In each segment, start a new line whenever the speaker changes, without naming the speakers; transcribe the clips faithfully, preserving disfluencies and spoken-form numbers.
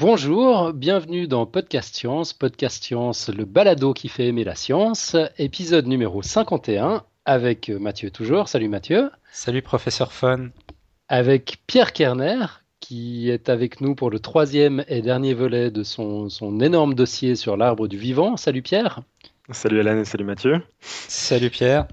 Bonjour, bienvenue dans Podcast Science, Podcast Science, le balado qui fait aimer la science, épisode numéro cinquante et un, avec Mathieu toujours. Salut Mathieu.
Salut professeur Fun.
Avec Pierre Kerner, qui est avec nous pour le troisième et dernier volet de son, son énorme dossier sur l'arbre du vivant. Salut Pierre.
Salut Alan et salut Mathieu.
Salut Pierre.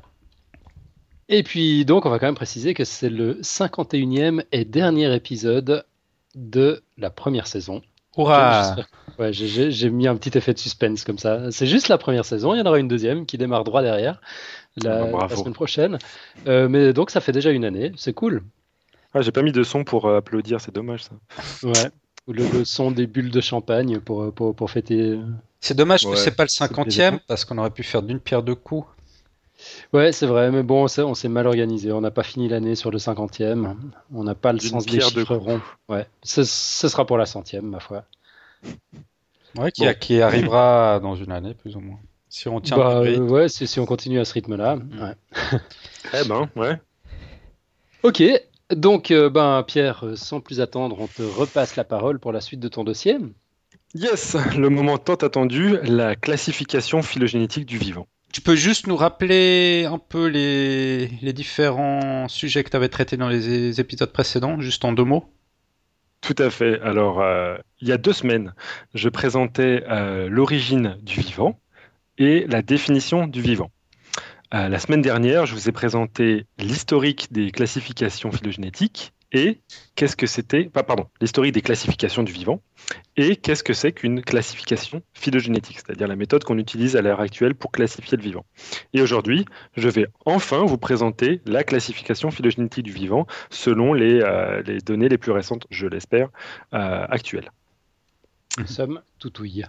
Et puis donc on va quand même préciser que c'est le cinquante et unième et dernier épisode de la première saison.
Hurrah!
Ouais, j'ai, j'ai mis un petit effet de suspense comme ça. C'est juste la première saison, il y en aura une deuxième qui démarre droit derrière la,
Ah bah,
la semaine prochaine. Euh, mais donc ça fait déjà une année, c'est cool.
Ah, j'ai pas mis de son pour euh, applaudir, c'est dommage ça.
Ouais, le, le son des bulles de champagne pour, pour, pour fêter.
C'est dommage
Ouais,
que c'est pas le
c'est
cinquantième
plaisant.
parce qu'on aurait pu faire d'une pierre deux coups.
Ouais, c'est vrai, mais bon, on s'est, on s'est mal organisé. On n'a pas fini l'année sur le cinquantième. On n'a pas le
D'une
sens des
pierre deux
chiffres
coups.
ronds. Ouais, ce, ce sera pour la centième, ma foi.
Ouais, qui,
Bon.
qui arrivera dans une année plus ou moins. Si on tient
Bah
le
euh,
rythme.
ouais, si, si on continue à ce rythme-là. Ouais.
Eh ben, ouais.
Ok, donc euh, ben Pierre, euh, sans plus attendre, on te repasse la parole pour la suite de ton dossier.
Yes, le moment tant attendu, la classification phylogénétique du vivant.
Tu peux juste nous rappeler un peu les, les différents sujets que tu avais traités dans les épisodes précédents, juste en deux mots?
Tout à fait. Alors, euh, il y a deux semaines, je présentais euh, l'origine du vivant et la définition du vivant. Euh, la semaine dernière, je vous ai présenté l'historique des classifications phylogénétiques et qu'est-ce que c'était, pas, pardon, l'historique des classifications du vivant et qu'est-ce que c'est qu'une classification phylogénétique, c'est-à-dire la méthode qu'on utilise à l'heure actuelle pour classifier le vivant. Et aujourd'hui, je vais enfin vous présenter la classification phylogénétique du vivant selon les, euh, les données les plus récentes, je l'espère, euh, actuelles.
Nous sommes tout ouïe.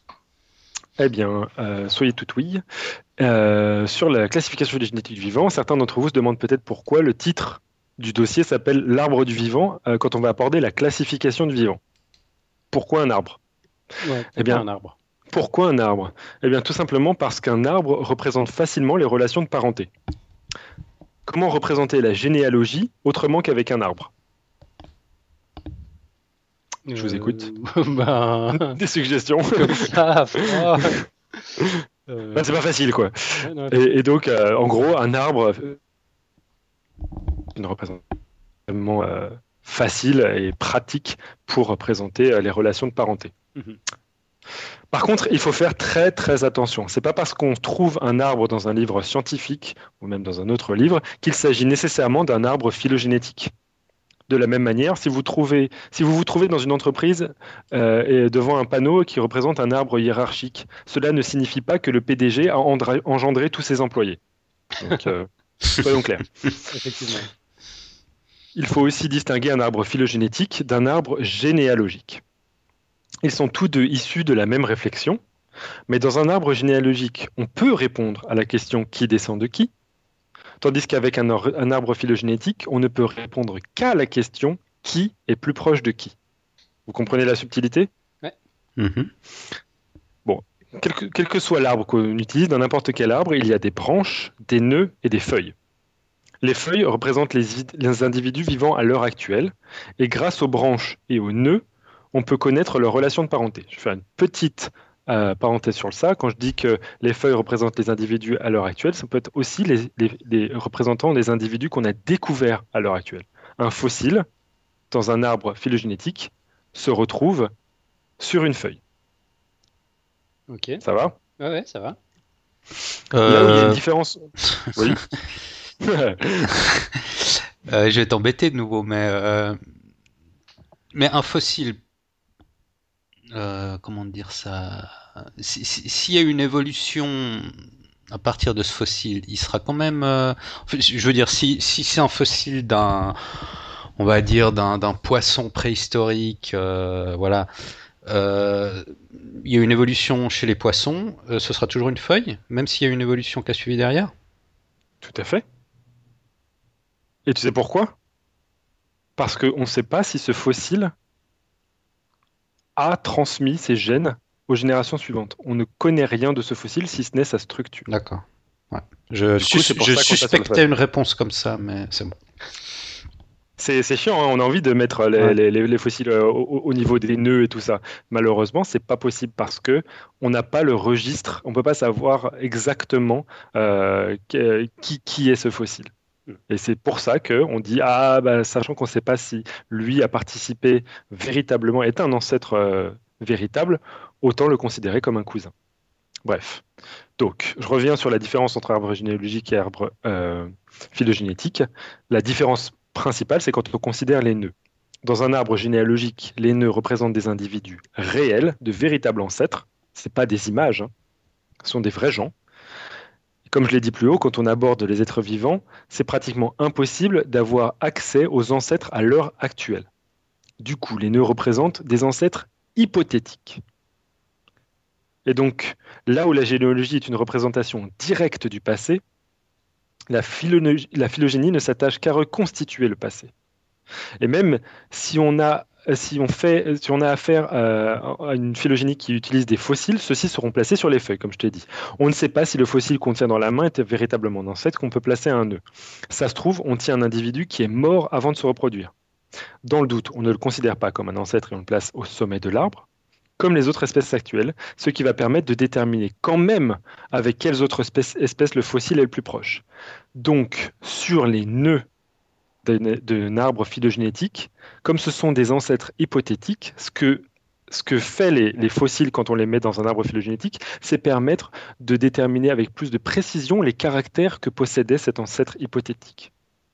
Eh bien, euh, soyez tout oui. Euh, sur la classification phylogénétique du vivant, certains d'entre vous se demandent peut-être pourquoi le titre du dossier s'appelle l'arbre du vivant euh, quand on va aborder la classification du vivant. Pourquoi un arbre?
Ouais,
Eh bien,
un arbre.
pourquoi un arbre? Eh bien, tout simplement parce qu'un arbre représente facilement les relations de parenté. Comment représenter la généalogie autrement qu'avec un arbre? Je vous écoute.
Euh, ben,
Des suggestions?
comme ça. Oh. Euh,
Ben, c'est pas facile, quoi.
ouais, non,
Et, et donc, euh, en gros, un arbre, euh, une représentation extrêmement euh, facile et pratique pour représenter euh, les relations de parenté.
mhm.
Par contre, il faut faire très très attention. C'est pas parce qu'on trouve un arbre dans un livre scientifique ou même dans un autre livre qu'il s'agit nécessairement d'un arbre phylogénétique. De la même manière, si vous, trouvez, si vous vous trouvez dans une entreprise euh, et devant un panneau qui représente un arbre hiérarchique, cela ne signifie pas que le P D G a endra- engendré tous ses employés. Donc, euh, soyons clairs.
Effectivement.
Il faut aussi distinguer un arbre phylogénétique d'un arbre généalogique. Ils sont tous deux issus de la même réflexion, mais dans un arbre généalogique, on peut répondre à la question qui descend de qui, tandis qu'avec un, or- un arbre phylogénétique, on ne peut répondre qu'à la question qui est plus proche de qui. Vous comprenez la subtilité?
Mhm.
Quel que, quel que soit l'arbre qu'on utilise, dans n'importe quel arbre, il y a des branches, des nœuds et des feuilles. Les feuilles représentent les, id- les individus vivant à l'heure actuelle, et grâce aux branches et aux nœuds, on peut connaître leur relation de parenté. Je vais faire une petite euh, parenthèse sur ça. Quand je dis que les feuilles représentent les individus à l'heure actuelle, ça peut être aussi les, les- les représentants des individus qu'on a découverts à l'heure actuelle. Un fossile, dans un arbre phylogénétique, se retrouve sur une feuille.
Ok.
Ça va?
Ouais, ouais, ça va.
Là où il y a une
Euh,
différence. Oui.
euh, je vais t'embêter de nouveau, mais, euh, mais un fossile, euh, comment dire ça? Si- si- S'il y a une évolution à partir de ce fossile, il sera quand même. euh, enfin, je veux dire, si, si c'est un fossile d'un, on va dire d'un d'un poisson préhistorique, euh, voilà. euh, il y a une évolution chez les poissons, euh, ce sera toujours une feuille, même s'il y a une évolution qui a suivi derrière.
Tout à fait. Et tu sais pourquoi? Parce qu'on ne sait pas si ce fossile a transmis ses gènes aux générations suivantes. On ne connaît rien de ce fossile si ce n'est sa structure.
D'accord. Ouais. Je,
Du coup,
sus-
c'est pour
je
ça qu'on passe sur le
suspectais
feuille.
une réponse comme ça, mais c'est bon.
C'est, c'est chiant, hein, on a envie de mettre les,
Ouais.
les- les- les fossiles euh, au, au niveau des nœuds et tout ça. Malheureusement, c'est pas possible parce que on n'a pas le registre, on peut pas savoir exactement euh, que- qui, qui est ce fossile. Et c'est pour ça qu'on dit, ah, bah, sachant qu'on ne sait pas si lui a participé véritablement, est un ancêtre euh, véritable, autant le considérer comme un cousin. Bref. Donc, je reviens sur la différence entre arbre généalogique et arbre euh, phylogénétique. La différence principale, c'est quand on considère les nœuds. Dans un arbre généalogique, les nœuds représentent des individus réels, de véritables ancêtres. Ce pas des images, hein. Ce sont des vrais gens. Comme je l'ai dit plus haut, quand on aborde les êtres vivants, c'est pratiquement impossible d'avoir accès aux ancêtres à l'heure actuelle. Du coup, les nœuds représentent des ancêtres hypothétiques. Et donc, là où la généalogie est une représentation directe du passé, la, phylogénie, la phylogénie ne s'attache qu'à reconstituer le passé. Et même si on a, si on fait, si on a affaire à, à une phylogénie qui utilise des fossiles, ceux-ci seront placés sur les feuilles, comme je t'ai dit. On ne sait pas si le fossile qu'on tient dans la main est véritablement un ancêtre qu'on peut placer à un nœud. Ça se trouve, on tient un individu qui est mort avant de se reproduire. Dans le doute, on ne le considère pas comme un ancêtre et on le place au sommet de l'arbre, comme les autres espèces actuelles, ce qui va permettre de déterminer quand même avec quelles autres espèces, espèces le fossile est le plus proche. Donc, sur les nœuds d'un arbre phylogénétique, comme ce sont des ancêtres hypothétiques, ce que, ce que fait les, les fossiles quand on les met dans un arbre phylogénétique, c'est permettre de déterminer avec plus de précision les caractères que possédait cet ancêtre hypothétique.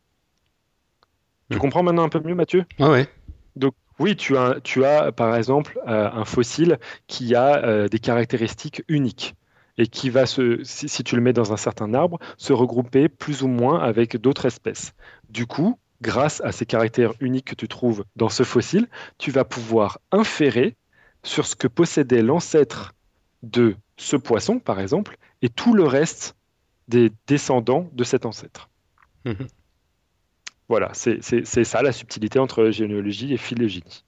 Tu
Hmm.
comprends maintenant un peu mieux, Mathieu?
Ouais, ouais.
Donc, oui, tu as, tu as par exemple euh, un fossile qui a euh, des caractéristiques uniques et qui va, se, si, si tu le mets dans un certain arbre, se regrouper plus ou moins avec d'autres espèces. Du coup, grâce à ces caractères uniques que tu trouves dans ce fossile, tu vas pouvoir inférer sur ce que possédait l'ancêtre de ce poisson, par exemple, et tout le reste des descendants de cet ancêtre.
Mhm.
Voilà, c'est c'est- c'est ça la subtilité entre généalogie et phylogénie.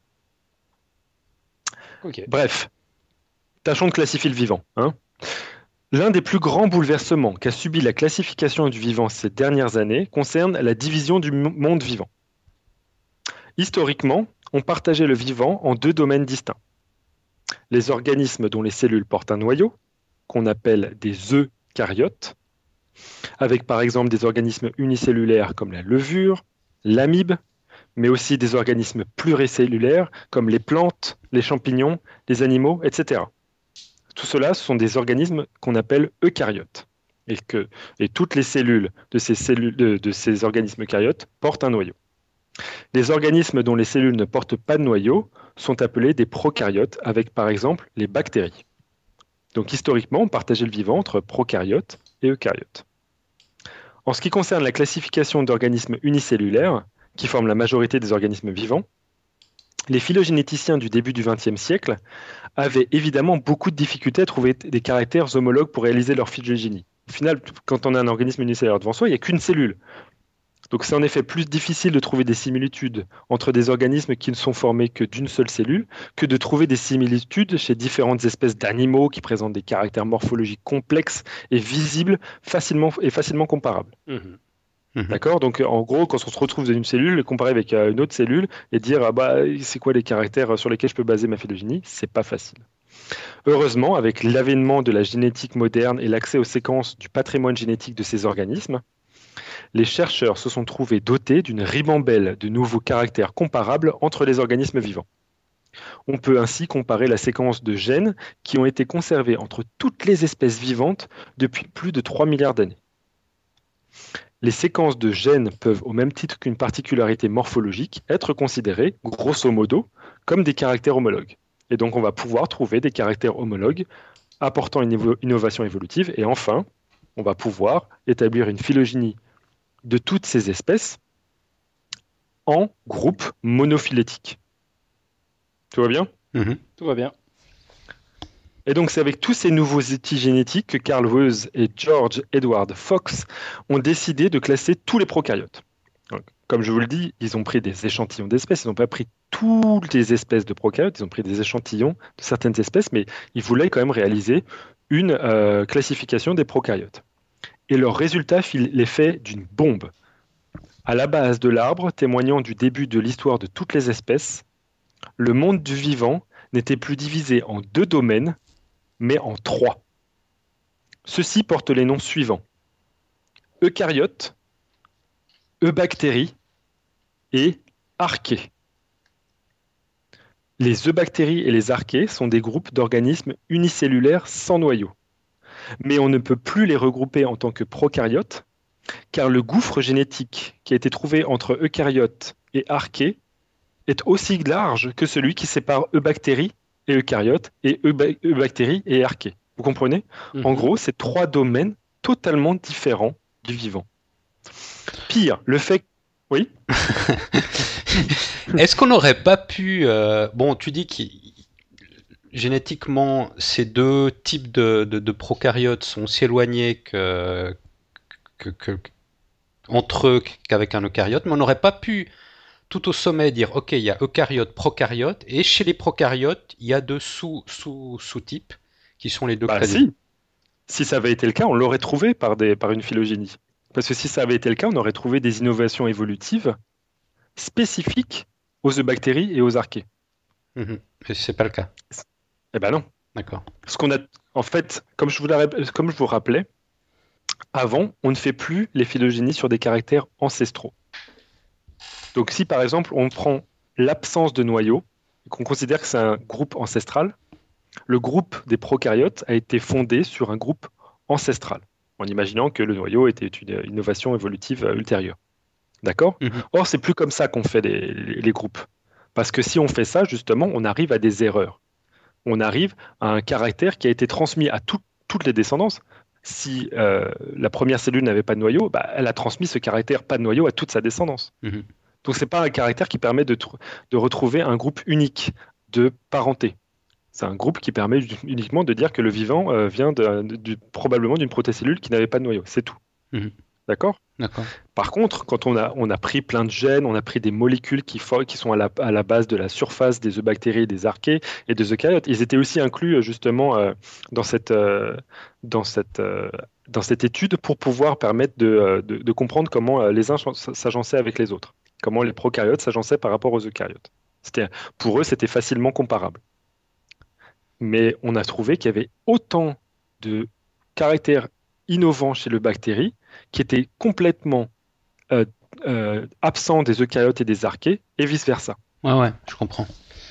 Ok.
Bref, tâchons de classifier le vivant, hein. L'un des plus grands bouleversements qu'a subi la classification du vivant ces dernières années concerne la division du mo- monde vivant. Historiquement, on partageait le vivant en deux domaines distincts. Les organismes dont les cellules portent un noyau, qu'on appelle des eucaryotes, avec par exemple des organismes unicellulaires comme la levure, l'amibe, mais aussi des organismes pluricellulaires comme les plantes, les champignons, les animaux, et cetera. Tout cela, ce sont des organismes qu'on appelle eucaryotes. Et, que, et toutes les cellules de ces, cellules, de, de ces organismes eucaryotes portent un noyau. Les organismes dont les cellules ne portent pas de noyau sont appelés des prokaryotes, avec par exemple les bactéries. Donc historiquement, on partageait le vivant entre prokaryotes et eucaryotes. En ce qui concerne la classification d'organismes unicellulaires, qui forment la majorité des organismes vivants, les phylogénéticiens du début du vingtième siècle avaient évidemment beaucoup de difficultés à trouver des caractères homologues pour réaliser leur phylogénie. Au final, quand on a un organisme unicellulaire devant soi, il n'y a qu'une cellule. Donc c'est en effet plus difficile de trouver des similitudes entre des organismes qui ne sont formés que d'une seule cellule que de trouver des similitudes chez différentes espèces d'animaux qui présentent des caractères morphologiques complexes et visibles facilement, et facilement comparables.
Mhm.
Mhm.
D'accord? Donc en gros, quand on se retrouve dans une cellule, le comparer avec euh, une autre cellule et dire ah bah, c'est quoi les caractères sur lesquels je peux baser ma phylogénie, c'est pas facile. Heureusement, avec l'avènement de la génétique moderne et l'accès aux séquences du patrimoine génétique de ces organismes, les chercheurs se sont trouvés dotés d'une ribambelle de nouveaux caractères comparables entre les organismes vivants. On peut ainsi comparer la séquence de gènes qui ont été conservés entre toutes les espèces vivantes depuis plus de trois milliards d'années. Les séquences de gènes peuvent, au même titre qu'une particularité morphologique, être considérées, grosso modo, comme des caractères homologues. Et donc on va pouvoir trouver des caractères homologues apportant une évo- innovation évolutive. Et enfin, on va pouvoir établir une phylogénie de toutes ces espèces en groupes monophylétiques. Tout va bien?
Mhm.
Tout va bien.
Et donc c'est avec tous ces nouveaux outils génétiques que Carl Woese et George Edward Fox ont décidé de classer tous les prokaryotes. Donc, comme je vous le dis, ils ont pris des échantillons d'espèces, ils n'ont pas pris toutes les espèces de prokaryotes, ils ont pris des échantillons de certaines espèces, mais ils voulaient quand même réaliser une euh, classification des prokaryotes. Et leur résultat fit l'effet d'une bombe. À la base de l'arbre, témoignant du début de l'histoire de toutes les espèces, le monde du vivant n'était plus divisé en deux domaines, mais en trois. Ceux-ci portent les noms suivants: eucaryotes, eubactéries et archées. Les eubactéries et les archées sont des groupes d'organismes unicellulaires sans noyau. Mais on ne peut plus les regrouper en tant que prokaryotes, car le gouffre génétique qui a été trouvé entre eucaryotes et archées est aussi large que celui qui sépare eubactéries et eucaryotes et euba- eubactéries et archées. Vous comprenez ?
Mhm.
En gros, c'est trois domaines totalement différents du vivant. Pire, le fait... Oui ?
Est-ce qu'on n'aurait pas pu... euh, Bon, tu dis que génétiquement, ces deux types de, de, de prokaryotes sont aussi éloignés que, que, que- entre eux qu'avec un eucaryote, mais on n'aurait pas pu tout au sommet dire, ok, il y a eucaryote, prokaryote, et chez les prokaryotes, il y a deux sous, sous, sous-types qui sont les deux
Bah
cladiers.
si, si ça avait été le cas, on l'aurait trouvé par, des, par une phylogénie. Parce que si ça avait été le cas, on aurait trouvé des innovations évolutives spécifiques aux eubactéries et aux archées.
Mhm. Mais c'est pas le cas.
Eh ben non.
D'accord.
Ce qu'on a, en fait, comme je vous, la rép- comme je vous rappelais, avant, on ne fait plus les phylogénies sur des caractères ancestraux. Donc si par exemple on prend l'absence de noyau et qu'on considère que c'est un groupe ancestral, le groupe des prokaryotes a été fondé sur un groupe ancestral, en imaginant que le noyau était une innovation évolutive euh, ultérieure. D'accord ?
Mhm.
Or, c'est plus comme ça qu'on fait les, les- les groupes. Parce que si on fait ça, justement, on arrive à des erreurs. On arrive à un caractère qui a été transmis à tout- toutes les descendances. Si euh, la première cellule n'avait pas de noyau, bah, elle a transmis ce caractère pas de noyau à toute sa descendance.
Mhm.
Donc, ce n'est pas un caractère qui permet de, tr- de retrouver un groupe unique de parenté. C'est un groupe qui permet uniquement de dire que le vivant euh, vient de- de- du- probablement d'une protocellule qui n'avait pas de noyau. C'est tout.
Mhm.
D'accord ?
D'accord.
Par contre, quand on a, on a pris plein de gènes, on a pris des molécules qui, fo- qui sont à la, à la base de la surface des eubactéries, des archées et des eucaryotes, ils étaient aussi inclus euh, justement euh, dans, cette, euh, dans, cette, euh, dans cette étude pour pouvoir permettre de, euh, de, de comprendre comment euh, les uns s'agençaient avec les autres, comment les prokaryotes s'agençaient par rapport aux eucaryotes. C'était, pour eux, c'était facilement comparable. Mais on a trouvé qu'il y avait autant de caractères innovants chez le bactérie qui étaient complètement euh, euh, absents des eucaryotes et des archées, et vice-versa.
Ouais, ouais, je comprends.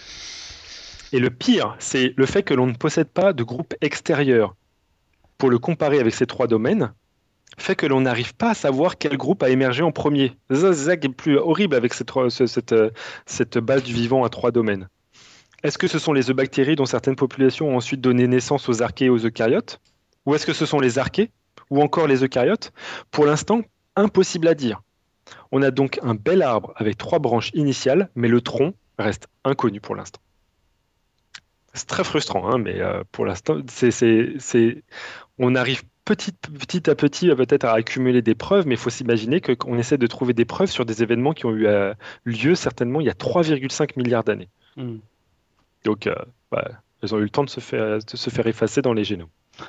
Et le pire, c'est le fait que l'on ne possède pas de groupe extérieur pour le comparer avec ces trois domaines, fait que l'on n'arrive pas à savoir quel groupe a émergé en premier. C'est ça qui est plus horrible avec cette, cette, cette base du vivant à trois domaines. Est-ce que ce sont les eubactéries dont certaines populations ont ensuite donné naissance aux archées et aux eucaryotes? Ou est-ce que ce sont les archées? Ou encore les eucaryotes? Pour l'instant, impossible à dire. On a donc un bel arbre avec trois branches initiales, mais le tronc reste inconnu pour l'instant. C'est très frustrant, hein, mais euh, pour l'instant, c'est, c'est, c'est... on arrive petit, petit à petit euh, peut-être à accumuler des preuves, mais il faut s'imaginer que- qu'on essaie de trouver des preuves sur des événements qui ont eu euh, lieu certainement il y a trois virgule cinq milliards d'années.
Mm.
Donc, euh, bah, elles ont eu le temps de se faire, de se faire effacer dans les génomes.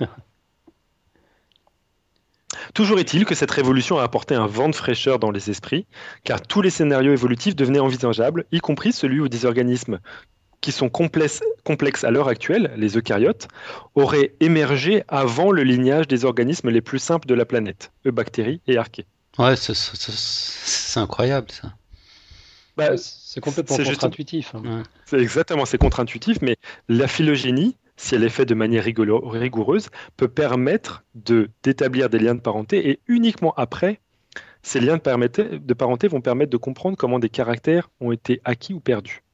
Toujours est-il que cette révolution a apporté un vent de fraîcheur dans les esprits, car tous les scénarios évolutifs devenaient envisageables, y compris celui où des organismes qui sont complexes, complexes à l'heure actuelle, les eucaryotes, auraient émergé avant le lignage des organismes les plus simples de la planète, eubactéries et archées.
Ouais, c'est, c'est- c'est- c'est incroyable ça.
Bah,
Ouais, c'est complètement
c'est juste-
contre-intuitif. hein.
Ouais.
C'est exactement, c'est contre-intuitif, mais la phylogénie, si elle est faite de manière rigolo- rigoureuse, peut permettre de, d'établir des liens de parenté et uniquement après, ces liens de, permettre- de parenté vont permettre de comprendre comment des caractères ont été acquis ou perdus.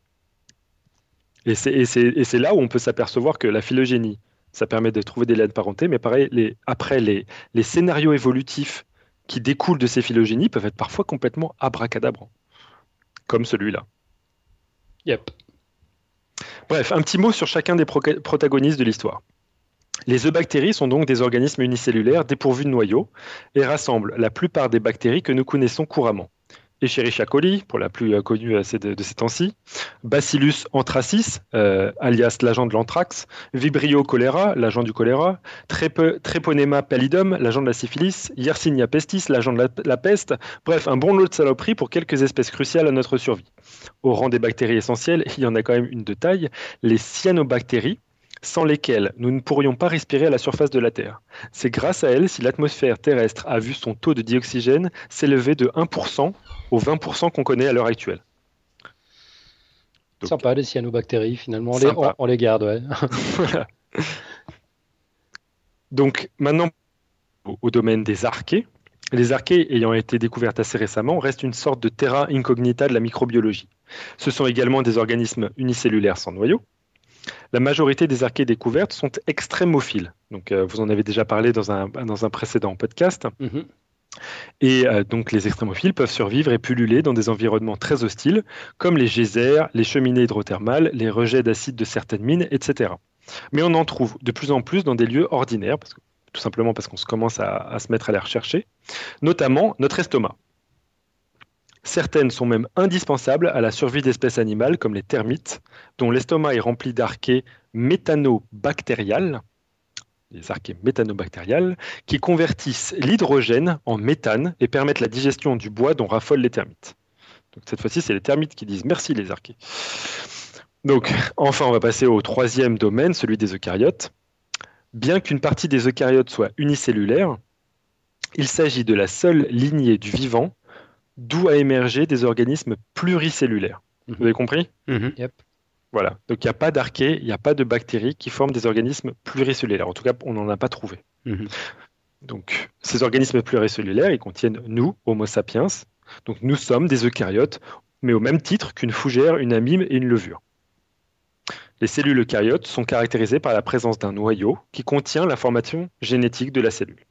Et c'est, et c'est- et c'est là où on peut s'apercevoir que la phylogénie, ça permet de trouver des liens de parenté, mais pareil, les, après, les, les scénarios évolutifs qui découlent de ces phylogénies peuvent être parfois complètement abracadabrants, comme celui-là.
Yep.
Bref, un petit mot sur chacun des proca- protagonistes de l'histoire. Les eubactéries sont donc des organismes unicellulaires dépourvus de noyaux et rassemblent la plupart des bactéries que nous connaissons couramment. Escherichia coli, pour la plus euh, connue euh, de, de ces temps-ci, Bacillus anthracis, euh, alias l'agent de l'anthrax, Vibrio cholera, l'agent du choléra, Trep- Treponema pallidum, l'agent de la syphilis, Yersinia pestis, l'agent de la, la peste, bref, un bon lot de saloperies pour quelques espèces cruciales à notre survie. Au rang des bactéries essentielles, il y en a quand même une de taille, les cyanobactéries, sans lesquelles nous ne pourrions pas respirer à la surface de la Terre. C'est grâce à elles si l'atmosphère terrestre a vu son taux de dioxygène s'élever de un pour cent aux vingt pour cent qu'on connaît à l'heure actuelle.
Donc, sympa, les cyanobactéries, finalement, on les, on, on les garde, ouais.
Voilà. Donc, maintenant, au, au domaine des archées. Les archées, ayant été découvertes assez récemment, restent une sorte de terra incognita de la microbiologie. Ce sont également des organismes unicellulaires sans noyau. La majorité des archées découvertes sont extrémophiles. Donc, euh, vous en avez déjà parlé dans un, dans un précédent podcast. Mm-hmm. Et euh, donc, les extrémophiles peuvent survivre et pulluler dans des environnements très hostiles, comme les geysers, les cheminées hydrothermales, les rejets d'acide de certaines mines, et cetera. Mais on en trouve de plus en plus dans des lieux ordinaires, parce que, tout simplement parce qu'on commence à, à se mettre à les rechercher, notamment notre estomac. Certaines sont même indispensables à la survie d'espèces animales comme les termites, dont l'estomac est rempli d'archées méthanobactériales, les archées méthanobactériales, qui convertissent l'hydrogène en méthane et permettent la digestion du bois dont raffolent les termites. Donc cette fois-ci, c'est les termites qui disent merci les archées. Donc enfin, on va passer au troisième domaine, celui des eucaryotes. Bien qu'une partie des eucaryotes soit unicellulaire, il s'agit de la seule lignée du vivant d'où a émergé des organismes pluricellulaires. Mmh. Vous avez compris ?
Mmh. Yep.
Voilà. Donc il n'y a pas d'archées, il n'y a pas de bactéries qui forment des organismes pluricellulaires. En tout cas, on n'en a pas trouvé. Mmh. Donc ces organismes pluricellulaires, ils contiennent nous, Homo sapiens. Donc nous sommes des eucaryotes, mais au même titre qu'une fougère, une amime et une levure. Les cellules eucaryotes sont caractérisées par la présence d'un noyau qui contient l'information génétique de la cellule.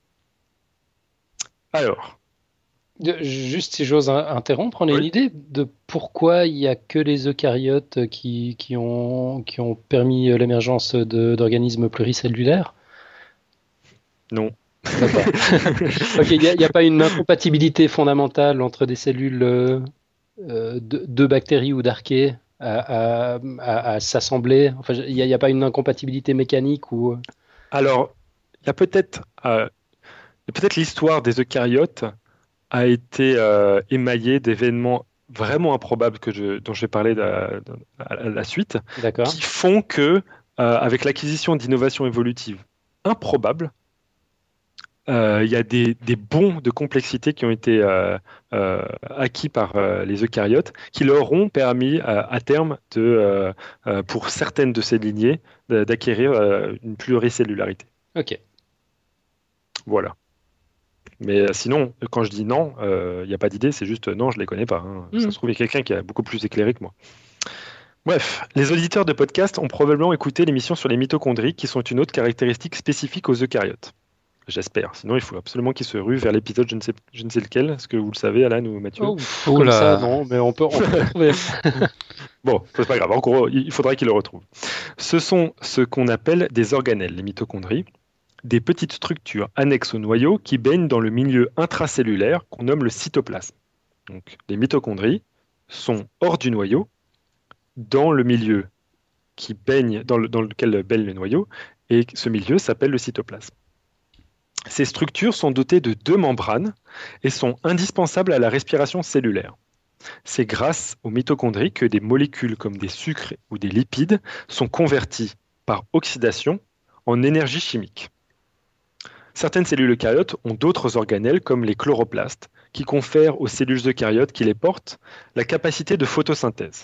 Alors,
juste si j'ose interrompre, on a oui. une idée de pourquoi il n'y a que les eucaryotes qui, qui, ont, qui ont permis l'émergence de, d'organismes pluricellulaires ?
Non.
D'accord. Ok, il n'y a, a pas une incompatibilité fondamentale entre des cellules euh, de, de bactéries ou d'archées à, à, à, à s'assembler ? Enfin, il n'y a, a pas une incompatibilité mécanique ou...
Alors, il y a peut-être, euh, peut-être l'histoire des eucaryotes a été euh, émaillé d'événements vraiment improbables que je, dont je vais parler de, de, à la suite,
D'accord.
qui font que, euh, avec l'acquisition d'innovations évolutives improbables, il euh, y a des, des bons de complexité qui ont été euh, euh, acquis par euh, les eucaryotes, qui leur ont permis euh, à terme, de, euh, euh, pour certaines de ces lignées, de, d'acquérir euh, une pluricellularité.
Ok.
Voilà. Mais sinon, quand je dis non, il euh, n'y a pas d'idée, c'est juste non, je ne les connais pas. Hein. Mmh. Ça se trouve, il y a quelqu'un qui est beaucoup plus éclairé que moi. Bref, les auditeurs de podcast ont probablement écouté l'émission sur les mitochondries, qui sont une autre caractéristique spécifique aux eucaryotes. J'espère. Sinon, il faut absolument qu'ils se ruent vers l'épisode, je ne sais, je ne sais lequel. Est-ce que vous le savez, Alan ou Mathieu ?
Oh, comme ça, non, mais on peut, on peut trouver.
Bon, c'est pas grave. En gros, il faudra qu'ils le retrouvent. Ce sont ce qu'on appelle des organelles, les mitochondries. Des petites structures annexes au noyau qui baignent dans le milieu intracellulaire qu'on nomme le cytoplasme. Donc, les mitochondries sont hors du noyau, dans le milieu qui baigne, dans, le, dans lequel baigne le noyau, et ce milieu s'appelle le cytoplasme. Ces structures sont dotées de deux membranes et sont indispensables à la respiration cellulaire. C'est grâce aux mitochondries que des molécules comme des sucres ou des lipides sont converties par oxydation en énergie chimique. Certaines cellules eucaryotes ont d'autres organelles comme les chloroplastes qui confèrent aux cellules eucaryotes qui les portent la capacité de photosynthèse.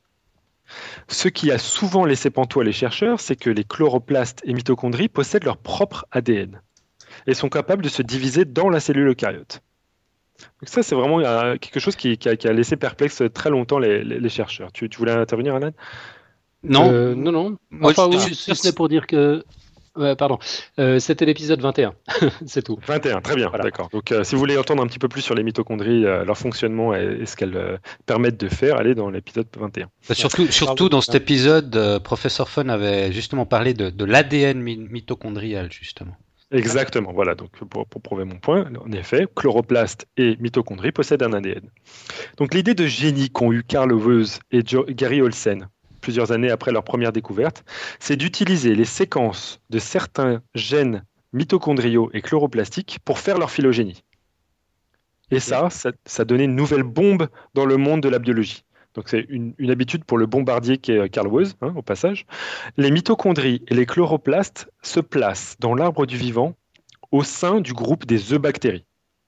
Ce qui a souvent laissé pantois les chercheurs, c'est que les chloroplastes et mitochondries possèdent leur propre A D N et sont capables de se diviser dans la cellule eucaryote. Donc ça, c'est vraiment euh, quelque chose qui, qui, a, qui a laissé perplexe très longtemps les, les, les chercheurs. Tu, tu voulais intervenir, Alan ?
Non, euh, non, non.
Moi,
enfin,
je,
oui,
je,
si ce n'est pour dire que... Ouais, pardon, euh, c'était l'épisode vingt et un, c'est tout.
vingt et un, très bien, voilà. D'accord. Donc, euh, si vous voulez entendre un petit peu plus sur les mitochondries, euh, leur fonctionnement et, et ce qu'elles euh, permettent de faire, allez dans l'épisode vingt et un.
Bah, surtout, ouais, surtout dans cet épisode, euh, Professeur Fun avait justement parlé de, de l'A D N mitochondrial, justement.
Exactement, voilà, donc pour, pour prouver mon point, en effet, chloroplaste et mitochondrie possèdent un A D N. Donc l'idée de génie qu'ont eu Carl Woese et Jo- Gary Olsen, plusieurs années après leur première découverte, c'est d'utiliser les séquences de certains gènes mitochondriaux et chloroplastiques pour faire leur phylogénie. Et
Ok.
ça, ça, ça donnait une nouvelle bombe dans le monde de la biologie. Donc c'est une, une habitude pour le bombardier qui est Carl Woese, hein, au passage. Les mitochondries et les chloroplastes se placent dans l'arbre du vivant au sein du groupe des eubactéries.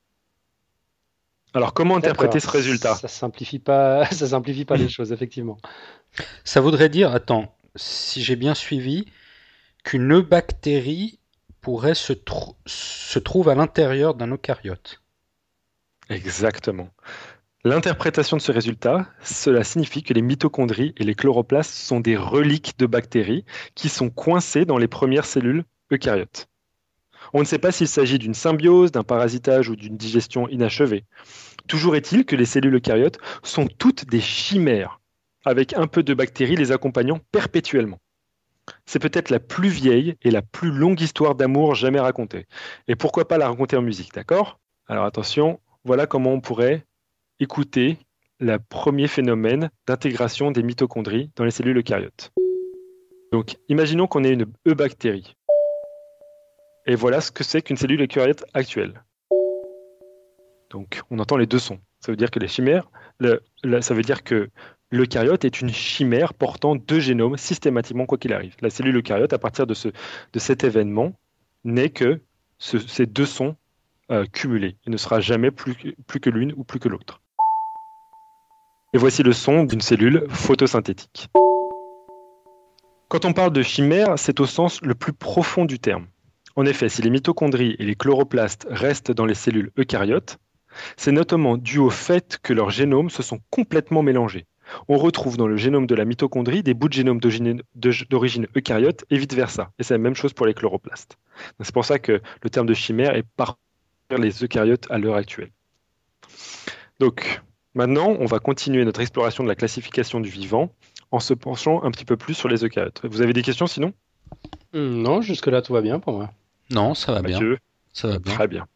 Alors comment interpréter
D'accord.
ce résultat?
Ça simplifie pas, ça simplifie pas les choses, effectivement.
Ça voudrait dire, attends, si j'ai bien suivi, qu'une eubactérie pourrait se, trou- se trouve à l'intérieur d'un eucaryote.
Exactement. L'interprétation de ce résultat, cela signifie que les mitochondries et les chloroplastes sont des reliques de bactéries qui sont coincées dans les premières cellules eucaryotes. On ne sait pas s'il s'agit d'une symbiose, d'un parasitage ou d'une digestion inachevée. Toujours est-il que les cellules eucaryotes sont toutes des chimères, avec un peu de bactéries les accompagnant perpétuellement. C'est peut-être la plus vieille et la plus longue histoire d'amour jamais racontée. Et pourquoi pas la raconter en musique, d'accord? Alors attention, voilà comment on pourrait écouter le premier phénomène d'intégration des mitochondries dans les cellules eucaryotes. Donc imaginons qu'on ait une eubactérie. Et voilà ce que c'est qu'une cellule eucaryote actuelle. Donc on entend les deux sons. Ça veut dire que les chimères, le, le- ça veut dire que l'eucaryote est une chimère portant deux génomes systématiquement quoi qu'il arrive. La cellule eucaryote, à partir de, ce, de cet événement, n'est que ce- ces deux sons euh, cumulés. Il ne sera jamais plus, plus que l'une ou plus que l'autre. Et voici le son d'une cellule photosynthétique. Quand on parle de chimère, c'est au sens le plus profond du terme. En effet, si les mitochondries et les chloroplastes restent dans les cellules eucaryotes, c'est notamment dû au fait que leurs génomes se sont complètement mélangés. On retrouve dans le génome de la mitochondrie des bouts de génome d'origine d'origine eucaryote et vice-versa. Et c'est la même chose pour les chloroplastes. Donc c'est pour ça que le terme de chimère est par les eucaryotes à l'heure actuelle. Donc, maintenant, on va continuer notre exploration de la classification du vivant en se penchant un petit peu plus sur les eucaryotes. Vous avez des questions sinon?
Hmm, Non, jusque-là, tout va bien pour moi.
Non, ça va bien.
Mathieu?
Ça va bien.
Très bien.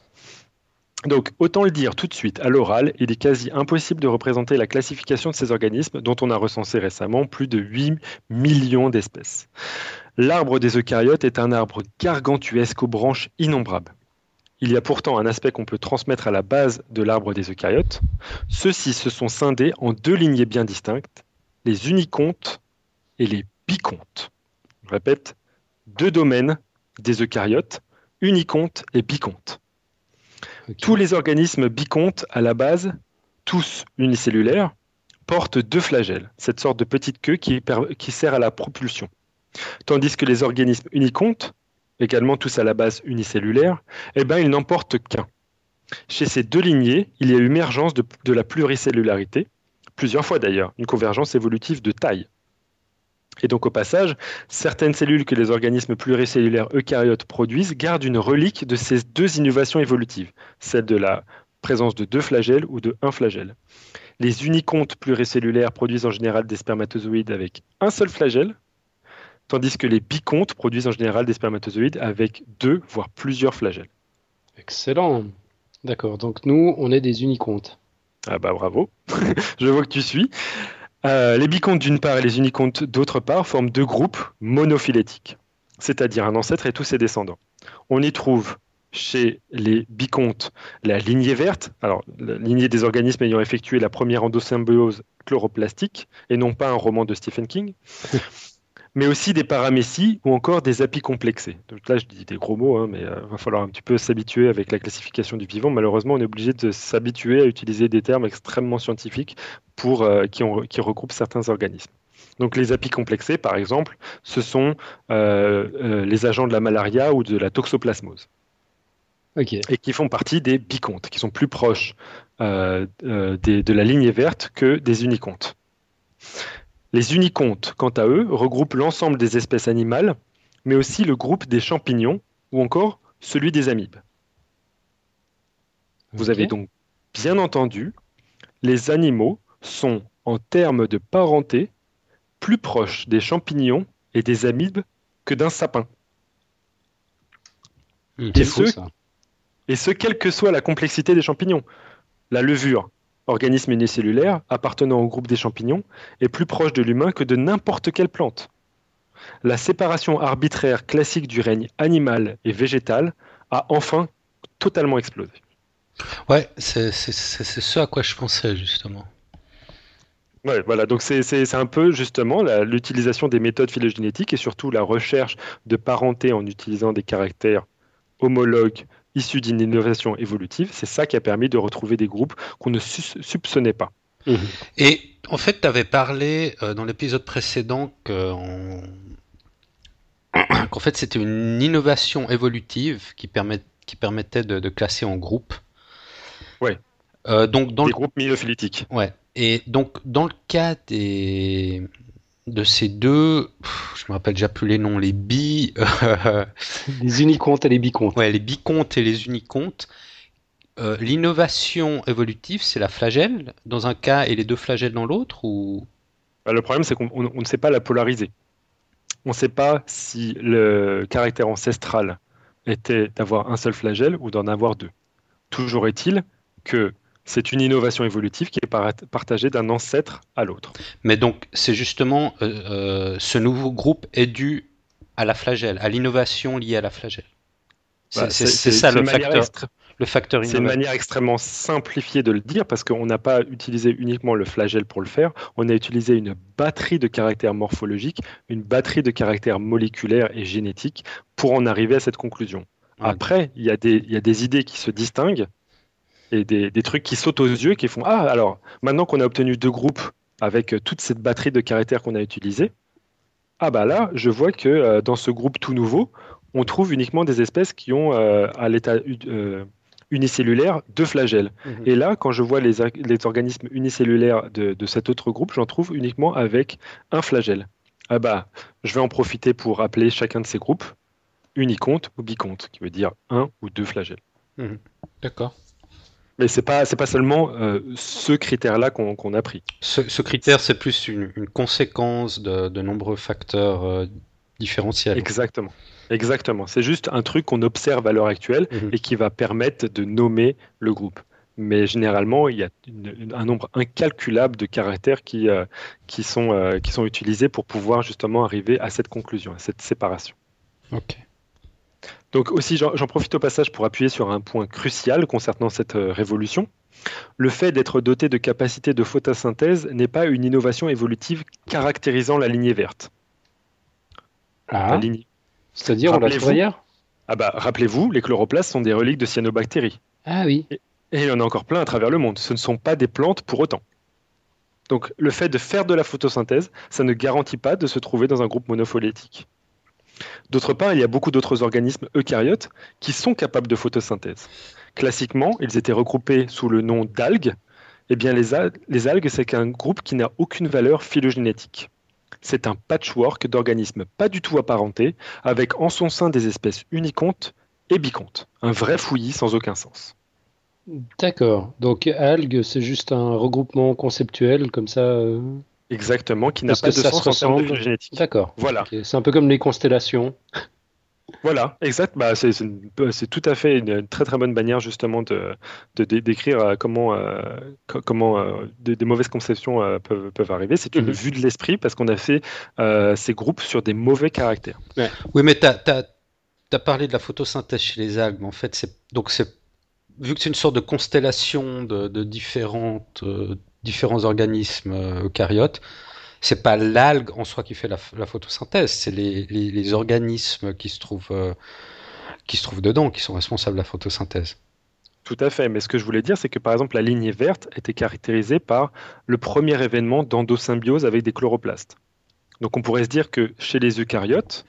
Donc, autant le dire tout de suite, à l'oral, il est quasi impossible de représenter la classification de ces organismes dont on a recensé récemment plus de huit millions d'espèces. L'arbre des eucaryotes est un arbre gargantuesque aux branches innombrables. Il y a pourtant un aspect qu'on peut transmettre à la base de l'arbre des eucaryotes. Ceux-ci se sont scindés en deux lignées bien distinctes, les unicontes et les bicontes. Je répète, deux domaines des eucaryotes, unicontes et bicontes.
Ok.
Tous les organismes bicontes, à la base, tous unicellulaires, portent deux flagelles, cette sorte de petite queue qui, qui sert à la propulsion. Tandis que les organismes unicontes, également tous à la base unicellulaires, eh ben, ils n'en portent qu'un. Chez ces deux lignées, il y a eu émergence de, de la pluricellularité, plusieurs fois d'ailleurs, une convergence évolutive de taille. Et donc au passage, certaines cellules que les organismes pluricellulaires eucaryotes produisent gardent une relique de ces deux innovations évolutives, celle de la présence de deux flagelles ou de un flagelle. Les unicontes pluricellulaires produisent en général des spermatozoïdes avec un seul flagelle, tandis que les bicontes produisent en général des spermatozoïdes avec deux, voire plusieurs flagelles.
Excellent. D'accord. Donc nous, on est des unicontes.
Ah bah bravo, je vois que tu suis. Euh, les bicontes d'une part et les unicontes d'autre part forment deux groupes monophylétiques, c'est-à-dire un ancêtre et tous ses descendants. On y trouve chez les bicontes la lignée verte, alors la lignée des organismes ayant effectué la première endosymbiose chloroplastique, et non pas un roman de Stephen King, mais aussi des paramécies ou encore des apicomplexés. Donc là, je dis des gros mots, hein, mais il euh, va falloir un petit peu s'habituer avec la classification du vivant. Malheureusement, on est obligé de s'habituer à utiliser des termes extrêmement scientifiques pour, euh, qui, ont, qui regroupent certains organismes. Donc les apicomplexés, par exemple, ce sont euh, euh, les agents de la malaria ou de la toxoplasmose.
Ok.
Et qui font partie des bicontes, qui sont plus proches euh, euh, des, de la lignée verte que des unicontes. Les unicontes, quant à eux, regroupent l'ensemble des espèces animales, mais aussi le groupe des champignons ou encore celui des amibes. Vous
Ok.
avez donc bien entendu, les animaux sont, en termes de parenté, plus proches des champignons et des amibes que d'un sapin.
Mmh,
et,
fou,
ce,
ça.
et ce, quelle que soit la complexité des champignons. La levure, organisme unicellulaire appartenant au groupe des champignons, est plus proche de l'humain que de n'importe quelle plante. La séparation arbitraire classique du règne animal et végétal a enfin totalement explosé.
Ouais, c'est c'est- c'est- c'est ce à quoi je pensais justement.
Ouais, voilà, donc c'est c'est- c'est un peu justement la- l'utilisation des méthodes phylogénétiques et surtout la recherche de parenté en utilisant des caractères homologues issus d'une innovation évolutive. C'est ça qui a permis de retrouver des groupes qu'on ne sus- soupçonnait pas.
Mmh.
Et en fait, tu avais parlé euh, dans l'épisode précédent qu'en qu'en fait c'était une innovation évolutive qui, permet, qui permettait de, de classer en groupe.
Ouais,
Euh, donc dans
des
le,
groupes myélophylétiques.
ouais. Et donc dans le cas des de ces deux, pff, je me rappelle déjà plus les noms, les bi, euh,
Les unicontes et les bicontes.
ouais, les bicontes et les unicontes. Euh, l'innovation évolutive, c'est la flagelle dans un cas et les deux flagelles dans l'autre ou
Bah, le problème, c'est qu'on on- on ne sait pas la polariser. On ne sait pas si le caractère ancestral était d'avoir un seul flagelle ou d'en avoir deux. Toujours est-il que c'est une innovation évolutive qui est par- partagée d'un ancêtre à l'autre.
Mais donc, c'est justement euh, euh, ce nouveau groupe est dû à la flagelle, à l'innovation liée à la flagelle. C'est
Bah,
c'est-
c'est
c'est
c'est-
ça
c'est
le
une manière
facteur,
extré-
le facteur
c'est une
innovateur.
manière extrêmement simplifiée de le dire parce qu'on n'a pas utilisé uniquement le flagelle pour le faire, on a utilisé une batterie de caractères morphologiques, une batterie de caractères moléculaires et génétiques pour en arriver à cette conclusion.
Ouais.
Après, il y a des, il y a des idées qui se distinguent et des, des trucs qui sautent aux yeux qui font Ah, alors, maintenant qu'on a obtenu deux groupes avec euh, toute cette batterie de caractères qu'on a utilisée, ah bah là, je vois que euh, dans ce groupe tout nouveau, on trouve uniquement des espèces qui ont euh, à l'état u- euh, unicellulaire deux flagelles.
Mhm.
Et là, quand je vois les, or- les organismes unicellulaires de, de cet autre groupe, j'en trouve uniquement avec un flagelle. Ah bah, je vais en profiter pour appeler chacun de ces groupes uniconte ou biconte, qui veut dire un ou deux flagelles.
Mhm. D'accord.
Mais c'est pas c'est pas seulement euh, ce critère-là qu'on qu'on a pris.
Ce, ce critère, c'est plus une, une conséquence de, de nombreux facteurs euh, différentiels.
Exactement. Exactement. C'est juste un truc qu'on observe à l'heure actuelle
Mhm.
et qui va permettre de nommer le groupe. Mais généralement, il y a une- une- un nombre incalculable de caractères qui, euh, qui, sont, euh, qui sont utilisés pour pouvoir justement arriver à cette conclusion, à cette séparation.
Ok.
Donc aussi, j'en j'en profite au passage pour appuyer sur un point crucial concernant cette euh, révolution. Le fait d'être doté de capacités de photosynthèse n'est pas une innovation évolutive caractérisant la lignée verte. La
Ah,
lignée...
c'est-à-dire, on la trouve
Rappelez-vous-
ailleurs?
Ah bah, rappelez-vous, les chloroplastes sont des reliques de cyanobactéries.
Ah oui.
Et il y en a encore plein à travers le monde. Ce ne sont pas des plantes pour autant. Donc le fait de faire de la photosynthèse, ça ne garantit pas de se trouver dans un groupe monophylétique. D'autre part, il y a beaucoup d'autres organismes eucaryotes qui sont capables de photosynthèse. Classiquement, ils étaient regroupés sous le nom d'algues. Eh bien, les, al- les algues, c'est un groupe qui n'a aucune valeur phylogénétique. C'est un patchwork d'organismes pas du tout apparentés, avec en son sein des espèces unicontes et bicontes. Un vrai fouillis sans aucun sens.
D'accord. Donc, algues, c'est juste un regroupement conceptuel, comme ça. euh,
Exactement, qui n'a
Parce
pas
que
de
ça
sens
se
en termes de
ressemble.
phylogénétique.
D'accord.
Voilà.
Ok. C'est un peu comme les constellations.
Voilà, exact. Bah, c'est c'est une- c'est tout à fait une très très bonne manière justement de, de dé- décrire euh, comment, euh, co- comment euh, des, des mauvaises conceptions euh, peuvent, peuvent arriver. C'est une
Mhm.
vue de l'esprit parce qu'on a fait euh, ces groupes sur des mauvais caractères.
Oui, mais tu as parlé de la photosynthèse chez les algues, mais en fait, c'est donc c'est vu que c'est une sorte de constellation de, de différentes, euh, différents organismes euh, eucaryotes, c'est pas l'algue en soi qui fait la, la photosynthèse, c'est les, les, les organismes qui se trouvent euh, qui se trouvent dedans qui sont responsables de la photosynthèse.
Tout à fait. Mais ce que je voulais dire, c'est que par exemple, la lignée verte était caractérisée par le premier événement d'endosymbiose avec des chloroplastes. Donc on pourrait se dire que chez les eucaryotes,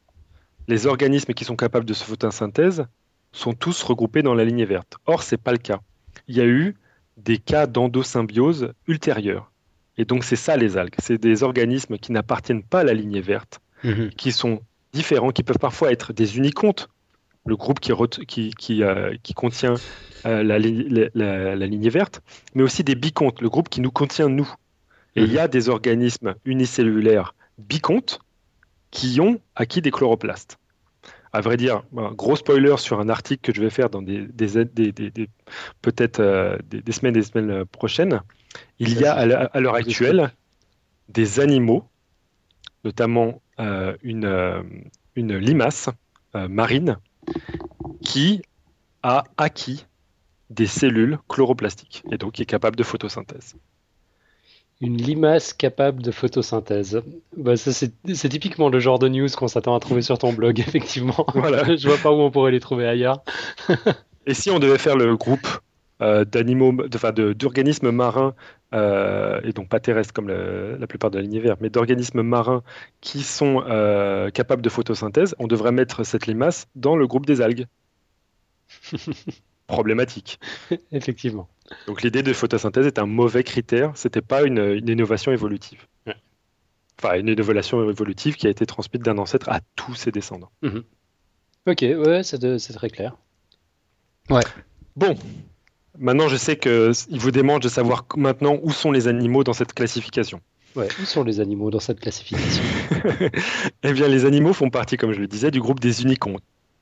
les organismes qui sont capables de se photosynthèse sont tous regroupés dans la lignée verte. Or, ce n'est pas le cas. Il y a eu des cas d'endosymbiose ultérieurs. Et donc, c'est ça les algues. C'est des organismes qui n'appartiennent pas à la lignée verte,
Mhm.
qui sont différents, qui peuvent parfois être des unicontes, le groupe qui, ret- qui, qui, euh, qui contient euh, la, li- la- la- la lignée verte, mais aussi des bicontes, le groupe qui nous contient nous. Et il y a des organismes unicellulaires bicontes qui ont acquis des chloroplastes. À vrai dire, un gros spoiler sur un article que je vais faire dans des, des, des, des- des- peut-être euh, des, des semaines et des semaines prochaines. Il y a
Vas-y,
à l'heure à l'heure
je vous écoute.
actuelle des animaux, notamment euh, une, euh, une limace euh, marine qui a acquis des cellules chloroplastiques et donc qui est capable de photosynthèse.
Une limace capable de photosynthèse. Bah, ça, c'est c'est typiquement le genre de news qu'on s'attend à trouver sur ton blog, effectivement.
Voilà.
Je vois pas où on pourrait les trouver ailleurs.
Et si on devait faire le groupe euh, d'animaux, de- enfin de- d'organismes marins, euh, et donc pas terrestres comme le- la plupart de l'univers, mais d'organismes marins qui sont euh, capables de photosynthèse, on devrait mettre cette limace dans le groupe des algues. Problématique.
Effectivement.
Donc l'idée de photosynthèse est un mauvais critère, c'était pas une, une innovation évolutive.
Ouais.
Enfin, une innovation évolutive qui a été transmise d'un ancêtre à tous ses descendants.
Mhm. Ok, ouais, c'est de- c'est très clair.
Ouais.
Bon, maintenant je sais que il vous demande de savoir maintenant où sont les animaux dans cette classification.
Ouais, où sont les animaux dans cette classification?
Eh bien, les animaux font partie, comme je le disais, du groupe des unicontes.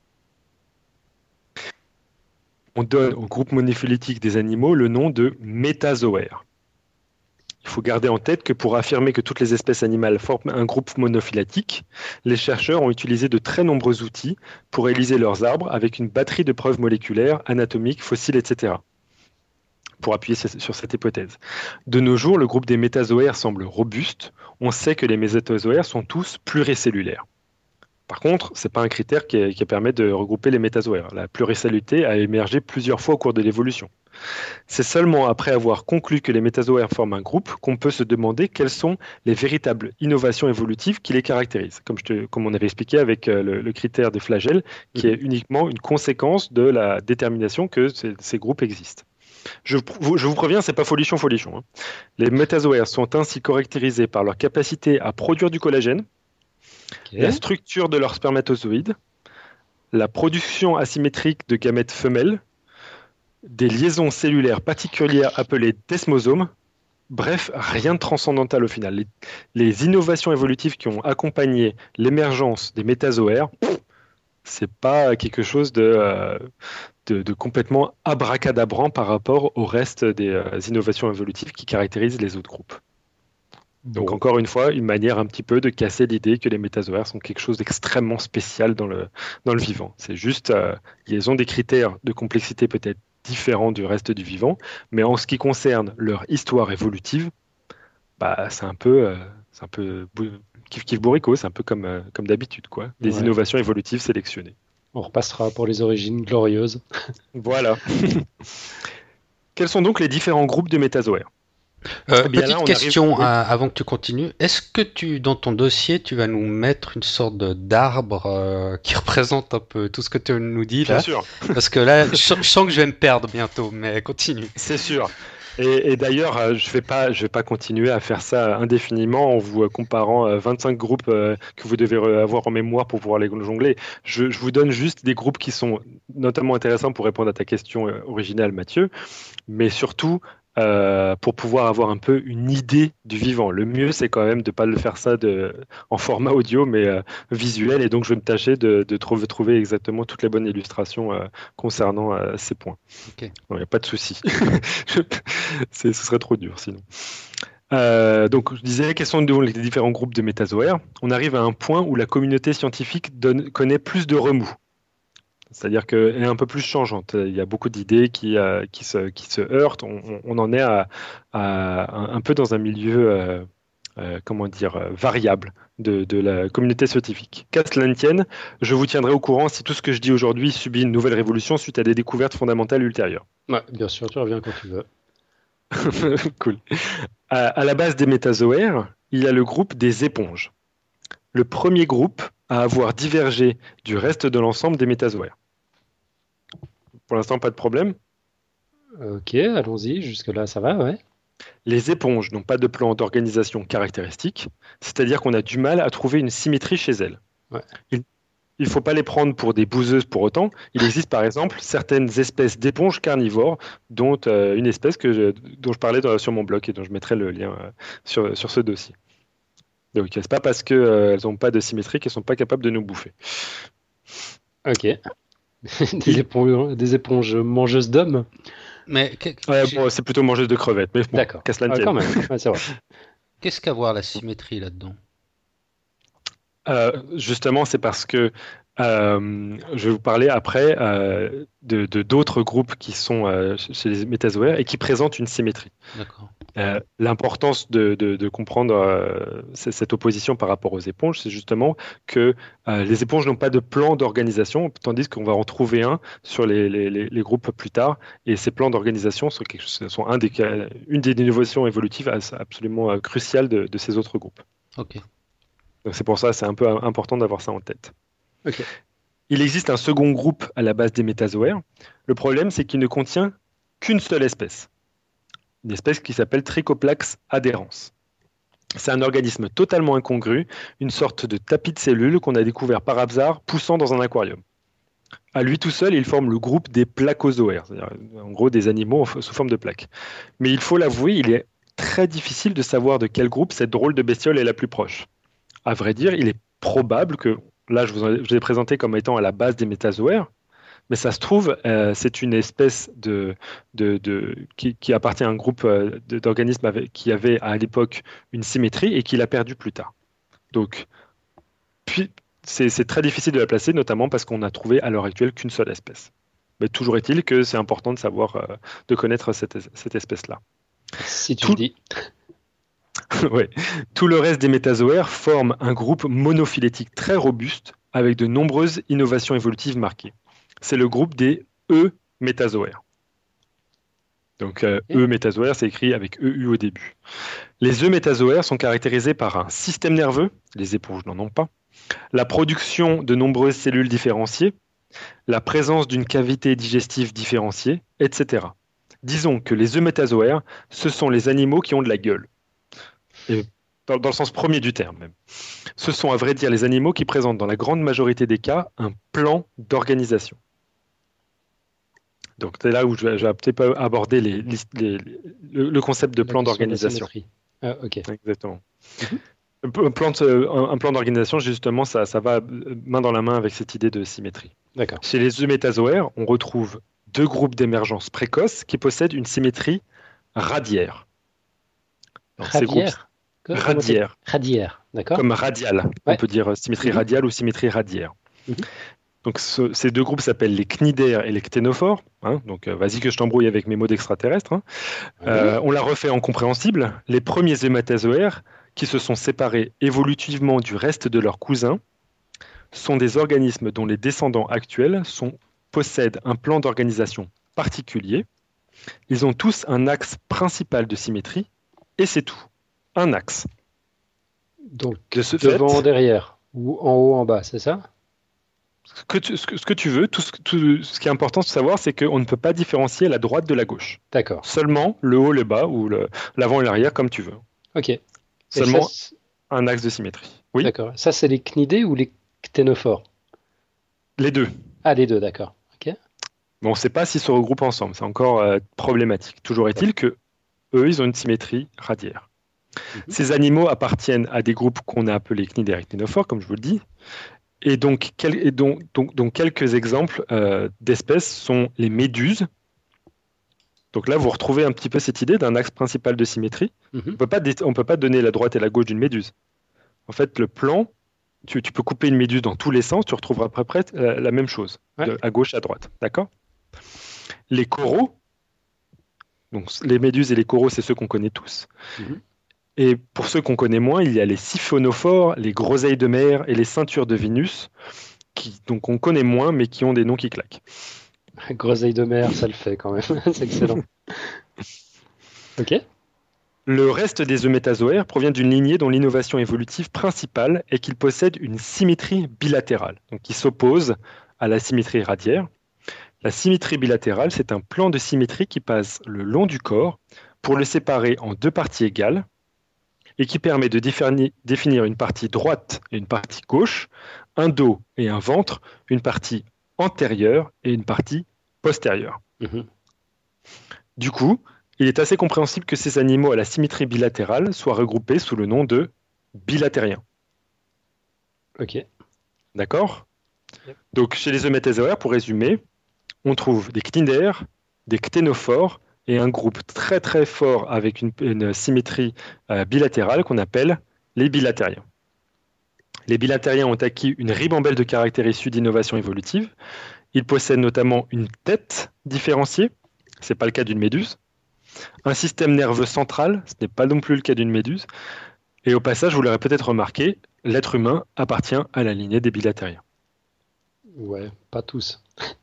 On donne au groupe monophylétique des animaux le nom de métazoaires. Il faut garder en tête que pour affirmer que toutes les espèces animales forment un groupe monophylétique, les chercheurs ont utilisé de très nombreux outils pour réaliser leurs arbres avec une batterie de preuves moléculaires, anatomiques, fossiles, et cetera, pour appuyer sur cette hypothèse. De nos jours, le groupe des métazoaires semble robuste. On sait que les métazoaires sont tous pluricellulaires. Par contre, ce n'est pas un critère qui, qui permet de regrouper les métazoaires. La pluricellularité a émergé plusieurs fois au cours de l'évolution. C'est seulement après avoir conclu que les métazoaires forment un groupe qu'on peut se demander quelles sont les véritables innovations évolutives qui les caractérisent, comme, je te, comme on avait expliqué avec euh, le, le critère des flagelles, qui
Mhm.
est uniquement une conséquence de la détermination que ces, ces groupes existent. Je, je vous préviens, c'est pas folichon folichon. Hein. Les métazoaires sont ainsi caractérisés par leur capacité à produire du collagène,
Ok.
la structure de leurs spermatozoïdes, la production asymétrique de gamètes femelles, des liaisons cellulaires particulières appelées desmosomes. Bref, rien de transcendantal au final. Les, les innovations évolutives qui ont accompagné l'émergence des métazoaires, c'est pas quelque chose de, euh, de, de complètement abracadabrant par rapport au reste des euh, innovations évolutives qui caractérisent les autres groupes. Donc
Bon.
encore une fois, une manière un petit peu de casser l'idée que les métazoaires sont quelque chose d'extrêmement spécial dans le, dans le vivant. C'est juste, euh, ils ont des critères de complexité peut-être différents du reste du vivant, mais en ce qui concerne leur histoire évolutive, bah, c'est un peu, euh, c'est un peu bou- kiff kiff bourrico, c'est un peu comme, euh, comme d'habitude, quoi. Des
Ouais.
innovations évolutives sélectionnées.
On repassera pour les origines glorieuses.
Voilà. Quels sont donc les différents groupes de métazoaires?
Euh,
Eh bien
petite
là, on arrive.
question
Oui,
euh, avant que tu continues. Est-ce que tu, dans ton dossier, tu vas nous mettre une sorte de- d'arbre euh, qui représente un peu tout ce que tu nous dis
bien
là?
sûr.
Parce que là, je, je sens que je vais me perdre bientôt, mais continue.
C'est sûr. Et, et d'ailleurs, euh, je ne vais pas, je vais pas continuer à faire ça indéfiniment en vous euh, comparant euh, vingt-cinq groupes euh, que vous devez euh, avoir en mémoire pour pouvoir les jongler. Je, je vous donne juste des groupes qui sont notamment intéressants pour répondre à ta question euh, originale, Mathieu, mais surtout euh, pour pouvoir avoir un peu une idée du vivant. Le mieux, c'est quand même de ne pas le faire ça de, en format audio, mais euh, visuel. Et donc, je vais me tâcher de, de trouver, trouver exactement toutes les bonnes illustrations euh, concernant euh, ces points.
Ok.
Il n'y a pas de souci. C'est- ce serait trop dur sinon. Euh, donc, je disais, quels sont donc les différents groupes de métazoaires? On arrive à un point où la communauté scientifique donne- connaît plus de remous. C'est-à-dire qu'elle est un peu plus changeante. Il y a beaucoup d'idées qui, euh, qui, se, qui se heurtent. On, on- on en est à, à un, un peu dans un milieu, euh, euh, comment dire, euh, variable de, de la communauté scientifique. Qu'à cela ne tienne, je vous tiendrai au courant si tout ce que je dis aujourd'hui subit une nouvelle révolution suite à des découvertes fondamentales ultérieures.
Ouais, bien sûr, tu reviens quand tu veux.
Cool. À, à la base des métazoaires, il y a le groupe des éponges. Le premier groupe à avoir divergé du reste de l'ensemble des métazoaires. Pour l'instant, pas de problème.
Ok, allons-y, jusque-là ça va, ouais.
Les éponges n'ont pas de plan d'organisation caractéristique, c'est-à-dire qu'on a du mal à trouver une symétrie chez elles.
Ouais.
Il ne faut pas les prendre pour des bouseuses pour autant. Il existe par exemple certaines espèces d'éponges carnivores, dont euh, une espèce que je, dont je parlais dans- sur mon blog et dont je mettrai le lien euh, sur, sur ce dossier. Donc, c'est pas parce qu'elles euh, n'ont pas de symétrie qu'elles ne sont pas capables de nous bouffer.
Ok. Des éponges, des éponges mangeuses d'hommes.
Mais que-
Ouais,
j'ai-
bon, c'est plutôt mangeuse de crevettes, mais bon,
D'accord.
qu'à cela ne
Ah,
tienne.
quand même. Ouais, c'est vrai.
qu'est-ce qu'à voir la symétrie là-dedans?
Euh, justement, c'est parce que euh, je vais vous parler après euh, de de- d'autres groupes qui sont euh, chez les métazoaires et qui présentent une symétrie.
D'accord.
Euh, l'importance de, de- de comprendre euh, c- cette opposition par rapport aux éponges, c'est justement que euh, les éponges n'ont pas de plan d'organisation, tandis qu'on va en trouver un sur les, les- les- les groupes plus tard. Et ces plans d'organisation sont, quelque chose- sont un des, une des innovations évolutives as- absolument euh, cruciales de, de ces autres groupes.
Ok.
Donc c'est pour ça c'est un peu important d'avoir ça en tête.
Ok.
Il existe un second groupe à la base des métazoaires. Le problème, c'est qu'il ne contient qu'une seule espèce, une espèce qui s'appelle Trichoplax adhérens. C'est un organisme totalement incongru, une sorte de tapis de cellules qu'on a découvert par hasard poussant dans un aquarium. À lui tout seul, il forme le groupe des placozoaires, c'est-à-dire en gros des animaux sous forme de plaques. Mais il faut l'avouer, il est très difficile de savoir de quel groupe cette drôle de bestiole est la plus proche. À vrai dire, il est probable que, là je vous, ai, je vous ai présenté comme étant à la base des métazoaires, mais ça se trouve, euh, c'est une espèce de, de, de qui, qui, appartient à un groupe euh, d'organismes avec, qui avait à l'époque une symétrie et qui l'a perdu plus tard. Donc, puis, c'est, c'est très difficile de la placer, notamment parce qu'on n'a trouvé à l'heure actuelle qu'une seule espèce. Mais toujours est-il que c'est important de savoir, euh, de connaître cette, cette espèce-là.
Si tu
Tout,
le dis.
ouais. Tout le reste des métazoaires forme un groupe monophylétique très robuste avec de nombreuses innovations évolutives marquées. C'est le groupe des E-métazoaires. Donc euh,
Ok.
E-métazoaire, c'est écrit avec E U au début. Les E-métazoaires sont caractérisés par un système nerveux, les éponges n'en ont pas, la production de nombreuses cellules différenciées, la présence d'une cavité digestive différenciée, et cetera. Disons que les eumétazoaires, ce sont les animaux qui ont de la gueule. Et dans, dans le sens premier du terme même. Ce sont à vrai dire les animaux qui présentent dans la grande majorité des cas un plan d'organisation. Donc c'est là où je vais, je vais peut-être aborder les, les, les, le, le concept de
La
plan
question de la
d'organisation.
symétrie. Ah, ok.
Exactement.
Mhm.
Un plan, de- un- un plan d'organisation, justement, ça, ça va main dans la main avec cette idée de symétrie.
D'accord.
Chez les eumétazoaires, on retrouve deux groupes d'émergence précoce qui possèdent une symétrie radiaire. Alors, ces groupes
Radiaire. Co- comment c'est-
radiaires,
Radiaire. D'accord.
comme radial. On
Ouais.
peut dire symétrie
Mhm.
radiale ou symétrie radiaire.
Mhm.
Donc ce- ces deux groupes s'appellent les cnidaires et les cténophores. Hein. Donc euh, vas-y que je t'embrouille avec mes mots d'extraterrestre. Hein.
Ouais.
Euh, on l'a refait en compréhensible. Les premiers eumétazoaires, qui se sont séparés évolutivement du reste de leurs cousins, sont des organismes dont les descendants actuels sont, possèdent un plan d'organisation particulier. Ils ont tous un axe principal de symétrie, et c'est tout. Un axe.
Donc,
De ce
devant,
fait,
derrière. Ou en haut, en bas, c'est ça?
ce que tu, ce que, ce que tu veux, tout ce, tout ce qui est important de savoir, c'est qu'on ne peut pas différencier la droite de la gauche.
D'accord.
Seulement le haut, le bas, ou le- l'avant et l'arrière, comme tu veux.
Ok. Et
Seulement
ça, c'est-
un axe de symétrie. Oui,
D'accord. Ça, c'est les cnidés ou les cténophores?
les deux.
Ah, les deux, d'accord. Ok.
Mais on ne sait pas s'ils se regroupent ensemble. C'est encore euh, problématique. Toujours est-il que eux, ils ont une symétrie radiaire.
Mhm.
Ces animaux appartiennent à des groupes qu'on a appelés cnidaires et cténophores, comme je vous le dis. Et donc, quel- et donc, donc- donc quelques exemples euh, d'espèces sont les méduses. Donc là, vous retrouvez un petit peu cette idée d'un axe principal de symétrie.
Mhm.
On peut pas dé- on peut pas donner la droite et la gauche d'une méduse. En fait, le plan, tu, tu peux couper une méduse dans tous les sens, tu retrouveras à peu près euh, la même chose,
Ouais.
de, à gauche à droite. D'accord? Les coraux, donc les méduses et les coraux, c'est ceux qu'on connaît tous.
Mhm.
Et pour ceux qu'on connaît moins, il y a les siphonophores, les groseilles de mer et les ceintures de Vénus, qui donc on connaît moins, mais qui ont des noms qui claquent.
Groseille de mer, ça le fait quand même. C'est excellent. Ok.
Le reste des eumétazoaires provient d'une lignée dont l'innovation évolutive principale est qu'ils possèdent une symétrie bilatérale, donc qui s'oppose à la symétrie radiaire. La symétrie bilatérale, c'est un plan de symétrie qui passe le long du corps pour le séparer en deux parties égales et qui permet de définir, définir une partie droite et une partie gauche, un dos et un ventre, une partie antérieure et une partie postérieure.
Mhm.
Du coup, il est assez compréhensible que ces animaux à la symétrie bilatérale soient regroupés sous le nom de bilatériens.
Ok.
D'accord?
Yep.
Donc, chez les eumétazoaires, pour résumer, on trouve des cnidaires, des cténophores et un groupe très très fort avec une, une symétrie euh, bilatérale qu'on appelle les bilatériens. Les bilatériens ont acquis une ribambelle de caractères issus d'innovations évolutives. Ils possèdent notamment une tête différenciée, ce n'est pas le cas d'une méduse, un système nerveux central, ce n'est pas non plus le cas d'une méduse, et au passage, vous l'aurez peut-être remarqué, l'être humain appartient à la lignée des bilatériens.
Ouais, pas tous.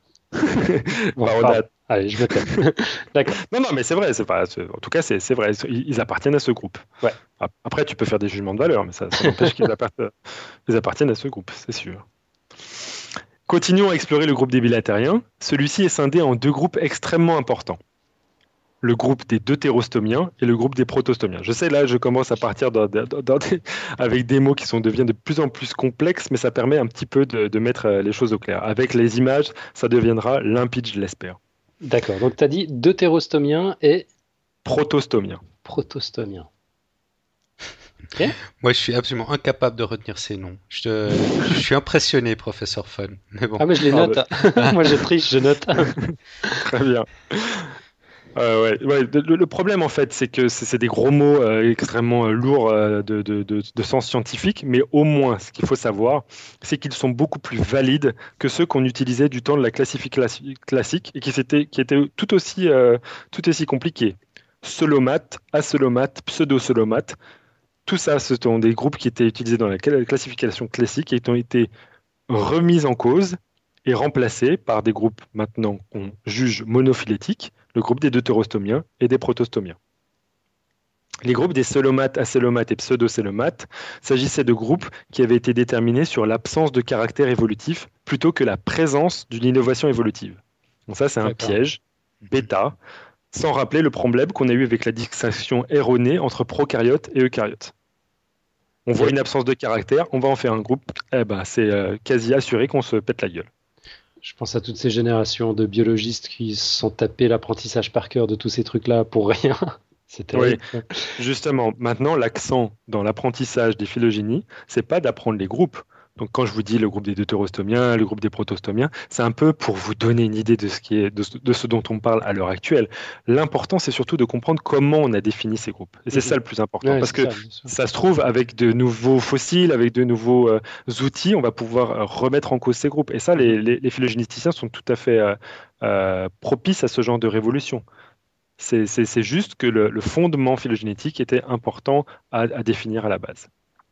Bon,
Bon,
on
pardon.
a-
Allez, je me tais. D'accord.
Non, non, mais c'est vrai, c'est pas... c'est- en tout cas, c'est c'est vrai, ils ils appartiennent à ce groupe.
Ouais.
Après, tu peux faire des jugements de valeur, mais ça, ça n'empêche qu'ils appartiennent... ils appartiennent à ce groupe, c'est sûr. Continuons à explorer le groupe des bilatériens. Celui-ci est scindé en deux groupes extrêmement importants. Le groupe des deutérostomiens et le groupe des protostomiens. Je sais, là, je commence à partir dans, dans- dans des- avec des mots qui sont, deviennent de plus en plus complexes, mais ça permet un petit peu de, de mettre euh, les choses au clair. Avec les images, ça deviendra limpide, je l'espère.
D'accord. Donc, tu as dit deutérostomien et
Protostomien.
protostomien.
Moi, je suis absolument incapable de retenir ces noms. Je, te- je suis impressionné, professeur Fun. Mais bon.
Ah, mais je les
Ah,
note. Moi, je triche, je note.
Très bien. Euh, ouais, ouais, le, le problème en fait, c'est que c'est c'est des gros mots euh, extrêmement euh, lourds euh, de, de- de- de sens scientifique, mais au moins, ce qu'il faut savoir, c'est qu'ils sont beaucoup plus valides que ceux qu'on utilisait du temps de la classification classique et qui, s'étaient- qui étaient tout aussi, euh, tout aussi compliqués. Solomate, asolomate, pseudo-solomate, tout ça, ce sont des groupes qui étaient utilisés dans la cla- classification classique et qui ont été remis en cause et remplacés par des groupes maintenant qu'on juge monophylétiques, le groupe des deutérostomiens et des protostomiens. Les groupes des solomates, acélomates et pseudocélomates s'agissait de groupes qui avaient été déterminés sur l'absence de caractère évolutif plutôt que la présence d'une innovation évolutive. Donc ça, c'est un
D'accord.
piège bêta, sans rappeler le problème qu'on a eu avec la distinction erronée entre prokaryotes et eucaryotes. On voit
Et-
une absence de caractère, on va en faire un groupe, eh ben, c'est euh, quasi assuré qu'on se pète la gueule.
Je pense à toutes ces générations de biologistes qui se sont tapés l'apprentissage par cœur de tous ces trucs-là pour rien. C'est terrible.
Justement, maintenant, l'accent dans l'apprentissage des phylogénies, c'est pas d'apprendre les groupes. Donc, quand je vous dis le groupe des deutérostomiens, le groupe des protostomiens, c'est un peu pour vous donner une idée de ce, qui est, de ce, de ce dont on parle à l'heure actuelle. L'important, c'est surtout de comprendre comment on a défini ces groupes. Et c'est
Mhm.
ça le plus important.
Ouais,
parce
c'est
que
ça, bien sûr.
ça se trouve, avec de nouveaux fossiles, avec de nouveaux euh, outils, on va pouvoir euh, remettre en cause ces groupes. Et ça, les, les, les phylogénéticiens sont tout à fait euh, euh, propices à ce genre de révolution. C'est c'est- c'est juste que le, le fondement phylogénétique était important à, à définir à la base.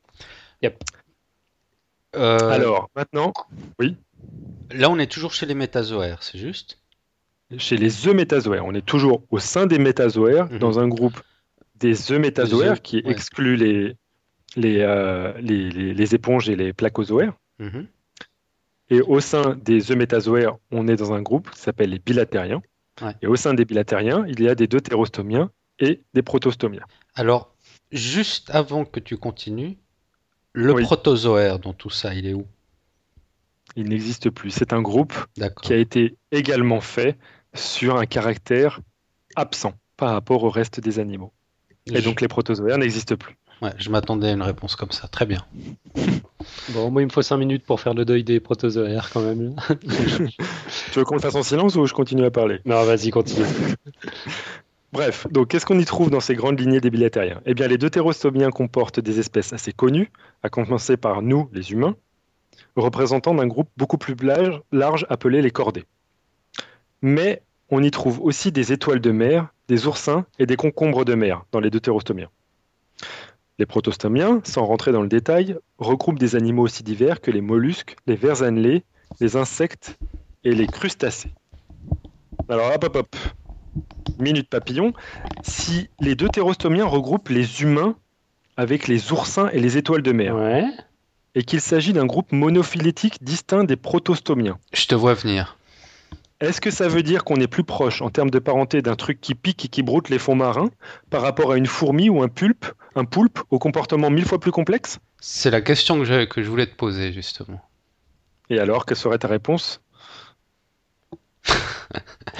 Euh,
Alors, maintenant,
Là, on est toujours chez les métazoaires, c'est juste?
chez les eumétazoaires, on est toujours au sein des métazoaires,
Mhm.
dans un groupe des eumétazoaires
Des œufs,
qui
ouais.
exclut les, les, euh, les, les- les éponges et les placozoaires.
Mhm.
Et au sein des eumétazoaires, on est dans un groupe qui s'appelle les bilatériens.
Ouais.
Et au sein des bilatériens, il y a des deutérostomiens et des protostomiens.
Alors, juste avant que tu continues, le
Oui.
protozoaire dans tout ça, il est où?
Il n'existe plus. C'est un groupe
D'accord.
qui a été également fait sur un caractère absent par rapport au reste des animaux. Et
Je-
donc les protozoaires n'existent plus.
Ouais, je m'attendais à une réponse comme ça. Très bien.
Bon, moi, il me faut cinq minutes pour faire le deuil des protozoaires quand même.
Tu veux qu'on le fasse en silence ou je continue à parler?
Non, vas-y, continue.
Bref, donc qu'est-ce qu'on y trouve dans ces grandes lignées des bilatériens? Eh bien, les deutérostomiens comportent des espèces assez connues, à commencer par nous, les humains, représentant d'un groupe beaucoup plus large, large appelé les chordés. Mais on y trouve aussi des étoiles de mer, des oursins et des concombres de mer dans les deutérostomiens. Les protostomiens, sans rentrer dans le détail, regroupent des animaux aussi divers que les mollusques, les vers annelés, les insectes et les crustacés. Alors hop hop hop, minute papillon, si les deutérostomiens regroupent les humains avec les oursins et les étoiles de mer,
Ouais.
et qu'il s'agit d'un groupe monophylétique distinct des protostomiens,
Je te vois venir.
est-ce que ça veut dire qu'on est plus proche en termes de parenté d'un truc qui pique et qui broute les fonds marins par rapport à une fourmi ou un pulpe, un poulpe au comportement mille fois plus complexe?
C'est la question que je, que je voulais te poser, justement.
Et alors, quelle serait ta réponse?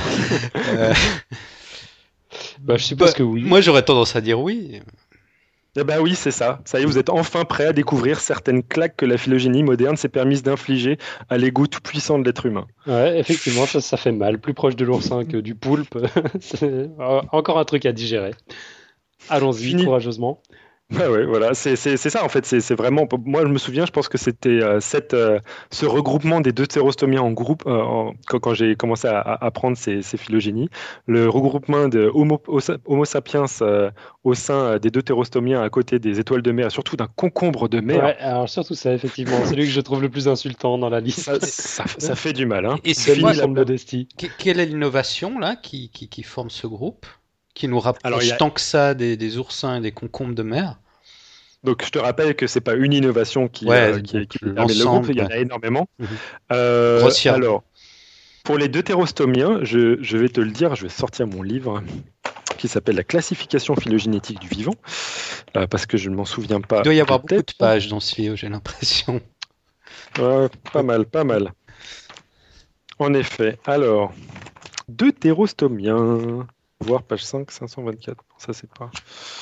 Euh,
Bah, je suppose
bah,
que oui.
Moi, j'aurais tendance à dire oui.
Eh ben oui, c'est ça. Ça y est, vous êtes enfin prêt à découvrir certaines claques que la phylogénie moderne s'est permise d'infliger à l'ego tout-puissant de l'être humain.
Ouais, effectivement, ça, ça fait mal. Plus proche de l'oursin que du poulpe. C'est encore un truc à digérer. Allons-y,
Fini.
courageusement.
Ouais, ouais, voilà, c'est c'est- c'est ça en fait. C'est c'est vraiment. Moi, je me souviens, je pense que c'était euh, cette, euh, ce regroupement des deux thérostomiens en groupe, euh, en- quand, quand j'ai commencé à, à apprendre ces, ces phylogénies, le regroupement de Homo, Homo sapiens euh, au sein euh, des deux thérostomiens à côté des étoiles de mer, et surtout d'un concombre de mer,
Ouais, alors surtout ça, effectivement. C'est lui que je trouve le plus insultant dans la
ça,
liste.
ça, ça fait du mal. Hein.
Et c'est
Belle
quoi,
leçon de modestie.
que- quelle est l'innovation là qui, qui, qui forme ce groupe, qui nous
Alors, il y
rapproche
a
tant que ça des, des oursins et des concombres de mer?
Donc, je te rappelle que c'est pas une innovation qui,
Ouais,
euh, qui,
donc
qui détermine le groupe,
l'ensemble,
il y en
ouais.
a énormément.
Mhm.
Euh,
Grossièrement.
alors, pour les deutérostomiens, je, je vais te le dire, je vais sortir mon livre qui s'appelle La classification phylogénétique du vivant, euh, parce que je ne m'en souviens pas
Il doit y avoir
de
beaucoup de
tête.
pages dans ce livre, j'ai l'impression.
Ouais, pas mal, pas mal. En effet. Alors, deutérostomiens, voir page cinq, cinq cent vingt-quatre. Ça, c'est pas.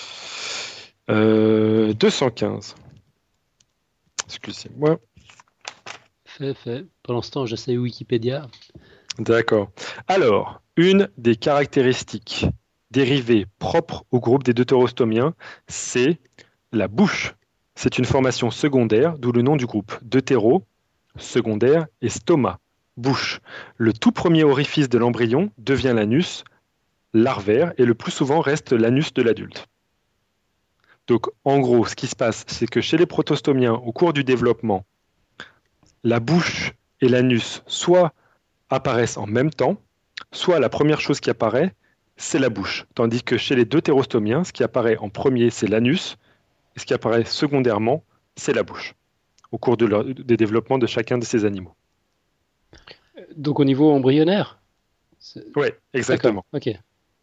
Euh, deux cent quinze. Excusez-moi.
Fait, fait. Pendant ce temps, j'essaie Wikipédia.
D'accord. Alors, une des caractéristiques dérivées propres au groupe des deutérostomiens, c'est la bouche. C'est une formation secondaire, d'où le nom du groupe. Deutéro, secondaire, et stoma, bouche. Le tout premier orifice de l'embryon devient l'anus larvaire et le plus souvent reste l'anus de l'adulte. Donc, en gros, ce qui se passe, c'est que chez les protostomiens, au cours du développement, la bouche et l'anus soit apparaissent en même temps, soit la première chose qui apparaît, c'est la bouche. Tandis que chez les deutérostomiens, ce qui apparaît en premier, c'est l'anus, et ce qui apparaît secondairement, c'est la bouche, au cours de leur- des développements de chacun de ces animaux.
Donc au niveau embryonnaire. C'est-
Oui,
D'accord,
exactement.
ok.
Et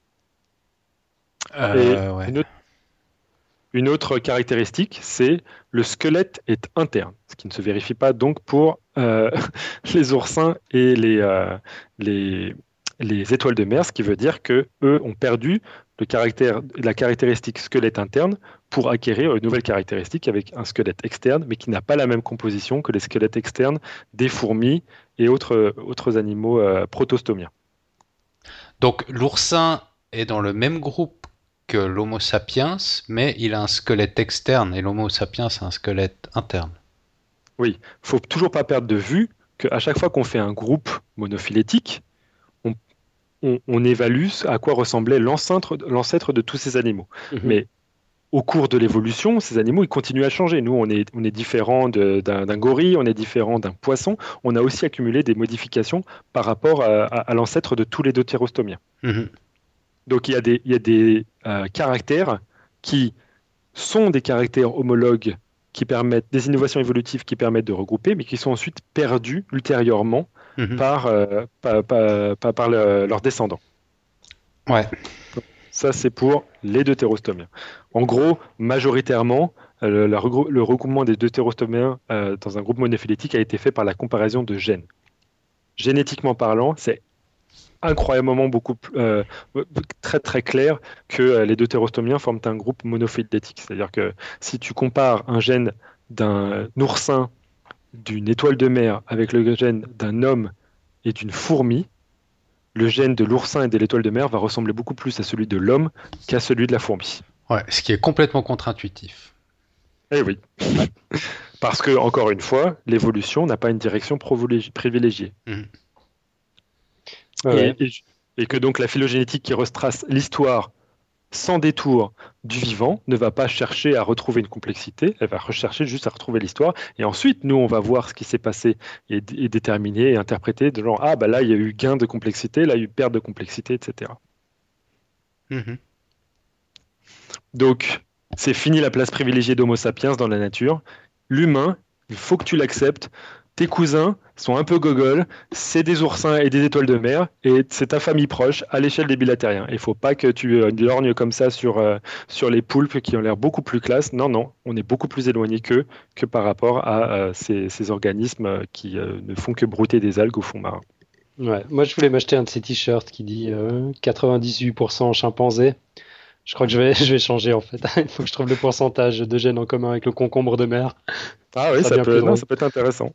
Euh, ouais.
une autre, une autre caractéristique, c'est le squelette est interne, ce qui ne se vérifie pas donc pour euh, les oursins et les, euh, les, les étoiles de mer, ce qui veut dire que eux ont perdu le caractère, la caractéristique squelette interne pour acquérir une nouvelle caractéristique avec un squelette externe, mais qui n'a pas la même composition que les squelettes externes des fourmis et autres, autres animaux euh, protostomiens.
Donc l'oursin est dans le même groupe que l'Homo sapiens, mais il a un squelette externe et l'Homo sapiens a un squelette interne.
Oui, il ne faut toujours pas perdre de vue qu'à chaque fois qu'on fait un groupe monophylétique, on, on- on évalue à quoi ressemblait l'ancêtre l'ancêtre de tous ces animaux.
Mhm.
Mais au cours de l'évolution, ces animaux, ils continuent à changer. Nous, on est, on est différent de- d'un d'un gorille, on est différent d'un poisson. On a aussi accumulé des modifications par rapport à, à- à l'ancêtre de tous les deutérostomiens.
Mhm.
Donc, il y a des, il y a des euh, caractères qui sont des caractères homologues qui permettent, des innovations évolutives qui permettent de regrouper, mais qui sont ensuite perdus ultérieurement
Mhm.
par, euh, par, par- par- par le- leurs descendants.
Ouais.
Ça, c'est pour les deutérostomiens. En gros, majoritairement, euh, le, la regrou- le regroupement des deutérostomiens euh, dans un groupe monophylétique a été fait par la comparaison de gènes. Génétiquement parlant, c'est incroyablement beaucoup plus- euh, très très clair que euh, les deutérostomiens forment un groupe monophylétique. C'est-à-dire que si tu compares un gène d'un oursin, d'une étoile de mer avec le gène d'un homme et d'une fourmi, le gène de l'oursin et de l'étoile de mer va ressembler beaucoup plus à celui de l'homme qu'à celui de la fourmi.
Ouais, ce qui est complètement contre-intuitif.
Eh oui. Parce que, encore une fois, l'évolution n'a pas une direction provolé- privilégiée.
Mhm.
Ouais, ouais.
Et, et- et que donc la phylogénétique qui retrace l'histoire sans détour du vivant ne va pas chercher à retrouver une complexité, elle va rechercher juste à retrouver l'histoire. Et ensuite, nous, on va voir ce qui s'est passé et, et déterminer et interpréter de genre, ah, bah là, il y a eu gain de complexité, là, il y a eu perte de complexité, et cetera.
Mhm.
Donc, c'est fini la place privilégiée d'Homo sapiens dans la nature. L'humain, il faut que tu l'acceptes. Tes cousins sont un peu gogoles, c'est des oursins et des étoiles de mer, et c'est ta famille proche à l'échelle des bilatériens. Il ne faut pas que tu euh, lorgnes comme ça sur, euh, sur les poulpes qui ont l'air beaucoup plus classe. Non, non, on est beaucoup plus éloigné qu'eux que par rapport à euh, ces, ces organismes euh, qui euh, ne font que brouter des algues au fond marin.
Ouais. Moi, je voulais m'acheter un de ces t-shirts qui dit euh, quatre-vingt-dix-huit pour cent chimpanzé. Je crois que je vais, je vais changer en fait. Il faut que je trouve le pourcentage de gènes en commun avec le concombre de mer.
Ah oui,
Ça
ça
devient plus
peut, non,
drôle.
ça peut être intéressant.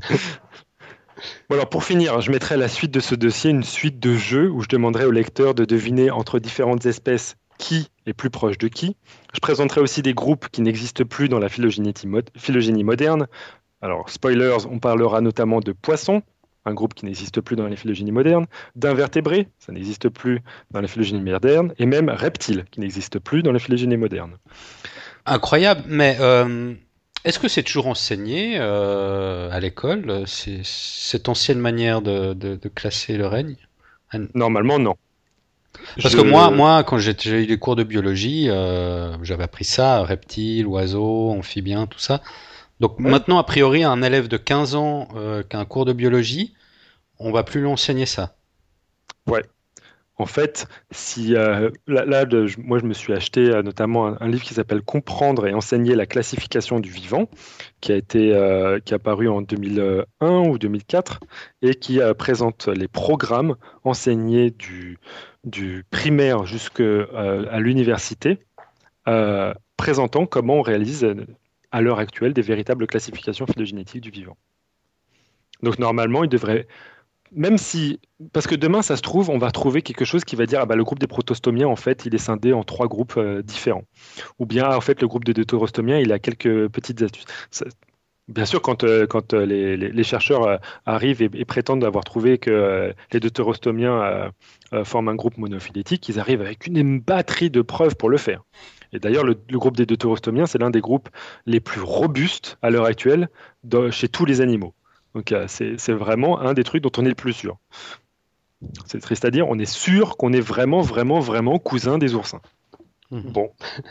Bon, alors pour finir, je mettrai à la suite de ce dossier une suite de jeux où je demanderai au lecteur de deviner entre différentes espèces qui est plus proche de qui. Je présenterai aussi des groupes qui n'existent plus dans la phylogénie, mod- phylogénie moderne. Alors, spoilers, on parlera notamment de poissons, un groupe qui n'existe plus dans les phylogénies modernes, d'invertébrés, ça n'existe plus dans les phylogénies modernes, et même reptiles, qui n'existent plus dans les phylogénies modernes.
Incroyable, mais euh, est-ce que c'est toujours enseigné euh, à l'école, c'est, cette ancienne manière de, de, de classer le règne?
Normalement, non.
Parce
Je...
que moi, moi, quand j'ai j'ai eu des cours de biologie, euh, j'avais appris ça, reptiles, oiseaux, amphibiens, tout ça. Donc
Ouais.
maintenant, a priori, un élève de quinze ans euh, qui a un cours de biologie, on va plus lui enseigner ça.
Ouais. En fait, si euh, là, là, de- je- moi je me suis acheté euh, notamment un, un livre qui s'appelle Comprendre et enseigner la classification du vivant, qui a été euh, qui est apparu en deux mille un ou deux mille quatre et qui euh, présente les programmes enseignés du, du primaire jusqu'à l'université, euh, présentant comment on réalise euh, à l'heure actuelle des véritables classifications phylogénétiques du vivant. Donc normalement, il devrait même si, parce que demain, ça se trouve, on va trouver quelque chose qui va dire, ah bah, le groupe des protostomiens, en fait, il est scindé en trois groupes euh, différents. Ou bien, ah, en fait, le groupe des deutérostomiens, il a quelques petites astuces. Ça- bien sûr, quand, euh, quand euh, les, les- les chercheurs euh, arrivent et, et prétendent avoir trouvé que euh, les deutérostomiens euh, euh, forment un groupe monophylétique, ils arrivent avec une batterie de preuves pour le faire. Et d'ailleurs, le, le groupe des deutérostomiens, c'est l'un des groupes les plus robustes à l'heure actuelle dans- chez tous les animaux. Donc, euh, c'est c'est vraiment un des trucs dont on est le plus sûr. C'est triste à dire, on est sûr qu'on est vraiment, vraiment, vraiment cousin des oursins.
Mhm.
Bon.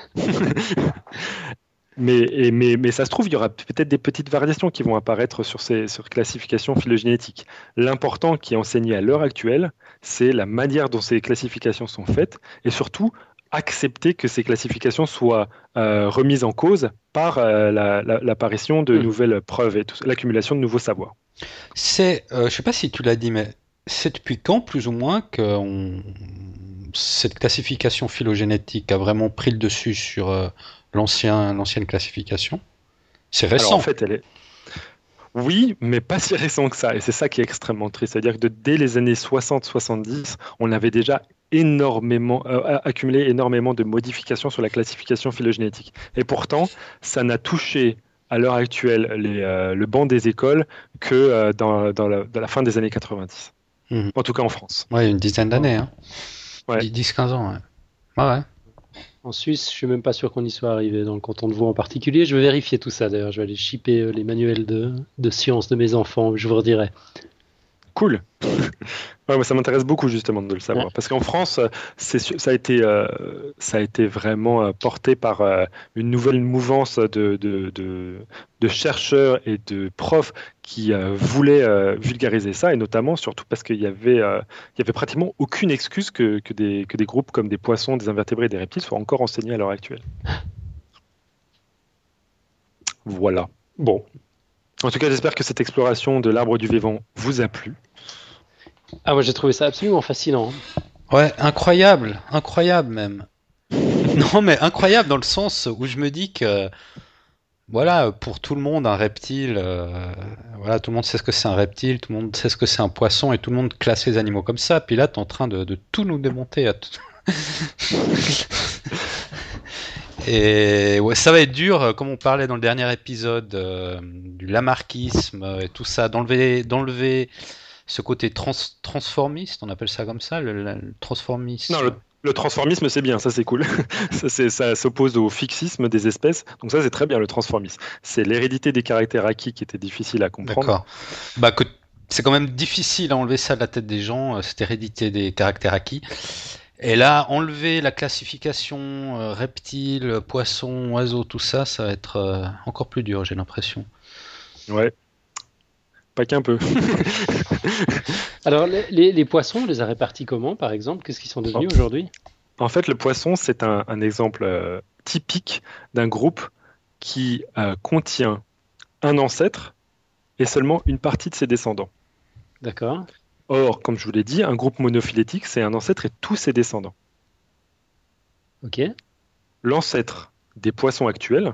mais, et- mais, mais ça se trouve, il y aura peut-être des petites variations qui vont apparaître sur ces sur classifications phylogénétiques. L'important qui est enseigné à l'heure actuelle, c'est la manière dont ces classifications sont faites et surtout accepter que ces classifications soient euh, remises en cause par euh, la- la- l'apparition de
Mhm.
nouvelles preuves et tout- l'accumulation de nouveaux savoirs.
C'est, euh, je sais pas si tu l'as dit, mais c'est depuis quand, plus ou moins, que on- cette classification phylogénétique a vraiment pris le dessus sur euh, l'ancien, l'ancienne classification? C'est
Alors en
récent.
fait, elle est, oui, mais pas si récent que ça. Et c'est ça qui est extrêmement triste. C'est-à-dire que de- dès les années soixante soixante-dix, on avait déjà énormément, euh, accumulé énormément de modifications sur la classification phylogénétique. Et pourtant, ça n'a touché à l'heure actuelle les, euh, le banc des écoles que euh, dans, dans la, dans la fin des années quatre-vingt-dix.
Mhm.
En tout cas en France.
Ouais, une dizaine d'années,
En,
hein.
Ouais.
dix quinze ans, ouais. Ouais, ouais.
en Suisse, je suis même pas sûr qu'on y soit arrivé, dans le canton de Vaud en particulier. Je vais vérifier tout ça d'ailleurs. Je vais aller shipper euh, les manuels de, de sciences de mes enfants. Je vous redirai.
Cool. Ouais, moi, ça m'intéresse beaucoup justement de le
Ouais.
savoir. Parce qu'en France, euh, c'est, su- ça a été, euh, ça a été vraiment euh, porté par euh, une nouvelle mouvance de, de, de- de chercheurs et de profs qui euh, voulaient euh, vulgariser ça, et notamment surtout parce qu'il y avait, euh, il y avait pratiquement aucune excuse que, que des, que des groupes comme des poissons, des invertébrés et des reptiles soient encore enseignés à l'heure actuelle. Voilà. Bon. En tout cas, j'espère que cette exploration de l'arbre du vivant vous a plu.
Ah, moi j'ai trouvé ça absolument fascinant.
Ouais, incroyable, incroyable même. Non, mais incroyable dans le sens où je me dis que, voilà, pour tout le monde, un reptile, euh, voilà, tout le monde sait ce que c'est un reptile, tout le monde sait ce que c'est un poisson, et tout le monde classe les animaux comme ça. Puis là, t'es en train de, de tout nous démonter. À tout... Et ouais, ça va être dur, euh, comme on parlait dans le dernier épisode, euh, du lamarckisme euh, et tout ça, d'enlever, d'enlever ce côté trans- transformiste, on appelle ça comme ça, le, le
Non,
transformisme.
le, le transformisme, c'est bien, ça c'est cool. Ça, c'est- ça s'oppose au fixisme des espèces, donc ça c'est très bien le transformisme. C'est l'hérédité des caractères acquis qui était difficile à comprendre.
D'accord. Bah que c'est quand même difficile à enlever ça de la tête des gens, euh, cette hérédité des caractères acquis. Et là, enlever la classification euh, reptiles, poissons, oiseaux, tout ça, ça va être euh, encore plus dur, j'ai l'impression.
Ouais, pas qu'un peu.
Alors, les, les- les poissons, on les a répartis comment, par exemple? Qu'est-ce qu'ils sont devenus aujourd'hui?
En fait, le poisson, c'est un, un exemple euh, typique d'un groupe qui euh, contient un ancêtre et seulement une partie de ses descendants.
D'accord.
Or, comme je vous l'ai dit, un groupe monophylétique, c'est un ancêtre et tous ses descendants.
Ok.
L'ancêtre des poissons actuels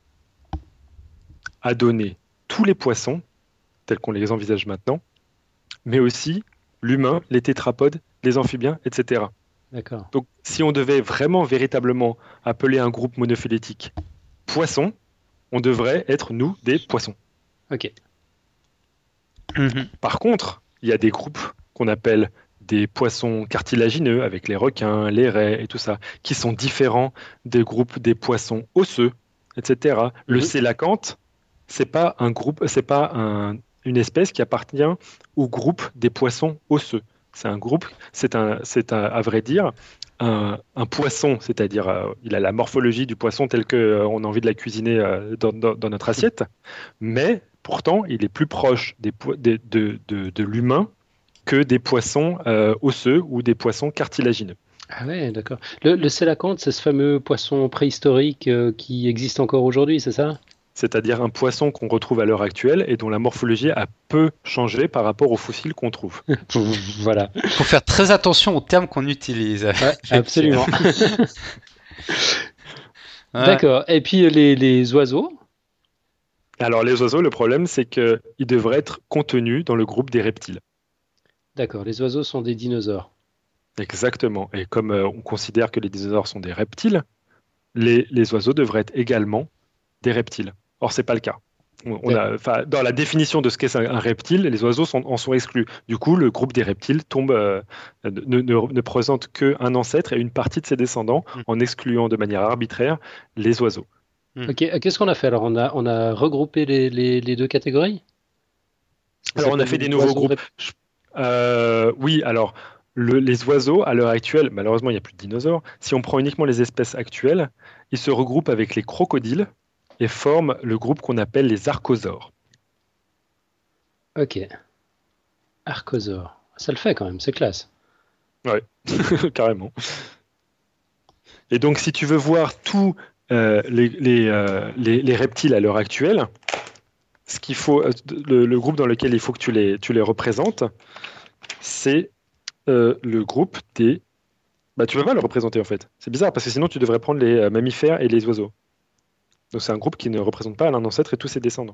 a donné tous les poissons, tels qu'on les envisage maintenant, mais aussi l'humain, les tétrapodes, les amphibiens, et cetera.
D'accord.
Donc, si on devait vraiment, véritablement appeler un groupe monophylétique poisson, on devrait être, nous, des poissons.
Ok.
Mhm.
Par contre, il y a des groupes qu'on appelle des poissons cartilagineux, avec les requins, les raies et tout ça, qui sont différents des groupes des poissons osseux, et cetera. Le
Mhm.
sélacanthe, c'est pas un groupe, c'est pas un- une espèce qui appartient au groupe des poissons osseux. C'est un groupe, c'est un, c'est un, à vrai dire, un, un poisson, c'est-à-dire euh, il a la morphologie du poisson tel que euh, on a envie de la cuisiner euh, dans, dans- dans notre assiette, mais pourtant il est plus proche des po- des- de, de- de l'humain que des poissons euh, osseux ou des poissons cartilagineux.
Ah ouais, d'accord. Le, le sélacanthe, c'est ce fameux poisson préhistorique euh, qui existe encore aujourd'hui, c'est ça?
C'est-à-dire un poisson qu'on retrouve à l'heure actuelle et dont la morphologie a peu changé par rapport aux fossiles qu'on trouve.
Voilà.
Faut faire très attention aux termes qu'on utilise.
Ouais,
avec Pierre.
absolument.
Ouais.
D'accord. Et puis euh, les, les oiseaux?
Alors les oiseaux, le problème, c'est qu'ils devraient être contenus dans le groupe des reptiles.
D'accord, les oiseaux sont des dinosaures.
Exactement. Et comme euh, on considère que les dinosaures sont des reptiles, les, les oiseaux devraient être également des reptiles. Or, c'est pas le cas. On on a, enfin, dans la définition de ce qu'est un, un reptile, les oiseaux sont- en sont exclus. Du coup, le groupe des reptiles tombe, euh, ne, ne- ne présente qu'un ancêtre et une partie de ses descendants,
Mm.
en excluant de manière arbitraire les oiseaux.
Ok, euh, qu'est-ce qu'on a fait alors? On a, on a regroupé les, les- les deux catégories? Ça
Alors, on a
s'appelle
fait
les
des nouveaux
oiseaux
groupes.
rep-
Je- euh, oui, alors, le- les oiseaux, à l'heure actuelle, malheureusement, il n'y a plus de dinosaures. Si on prend uniquement les espèces actuelles, ils se regroupent avec les crocodiles et forment le groupe qu'on appelle les archosaures.
Ok, archosaures. Ça le fait quand même, c'est classe.
Ouais, carrément. Et donc, si tu veux voir tous euh, les, les, euh, les- les reptiles à l'heure actuelle, ce qu'il faut, euh, le, le groupe dans lequel il faut que tu les, tu les représentes, c'est euh, le groupe des. Bah, tu peux pas le représenter en fait. C'est bizarre parce que sinon tu devrais prendre les euh, mammifères et les oiseaux. Donc c'est un groupe qui ne représente pas l'un ancêtre et tous ses descendants.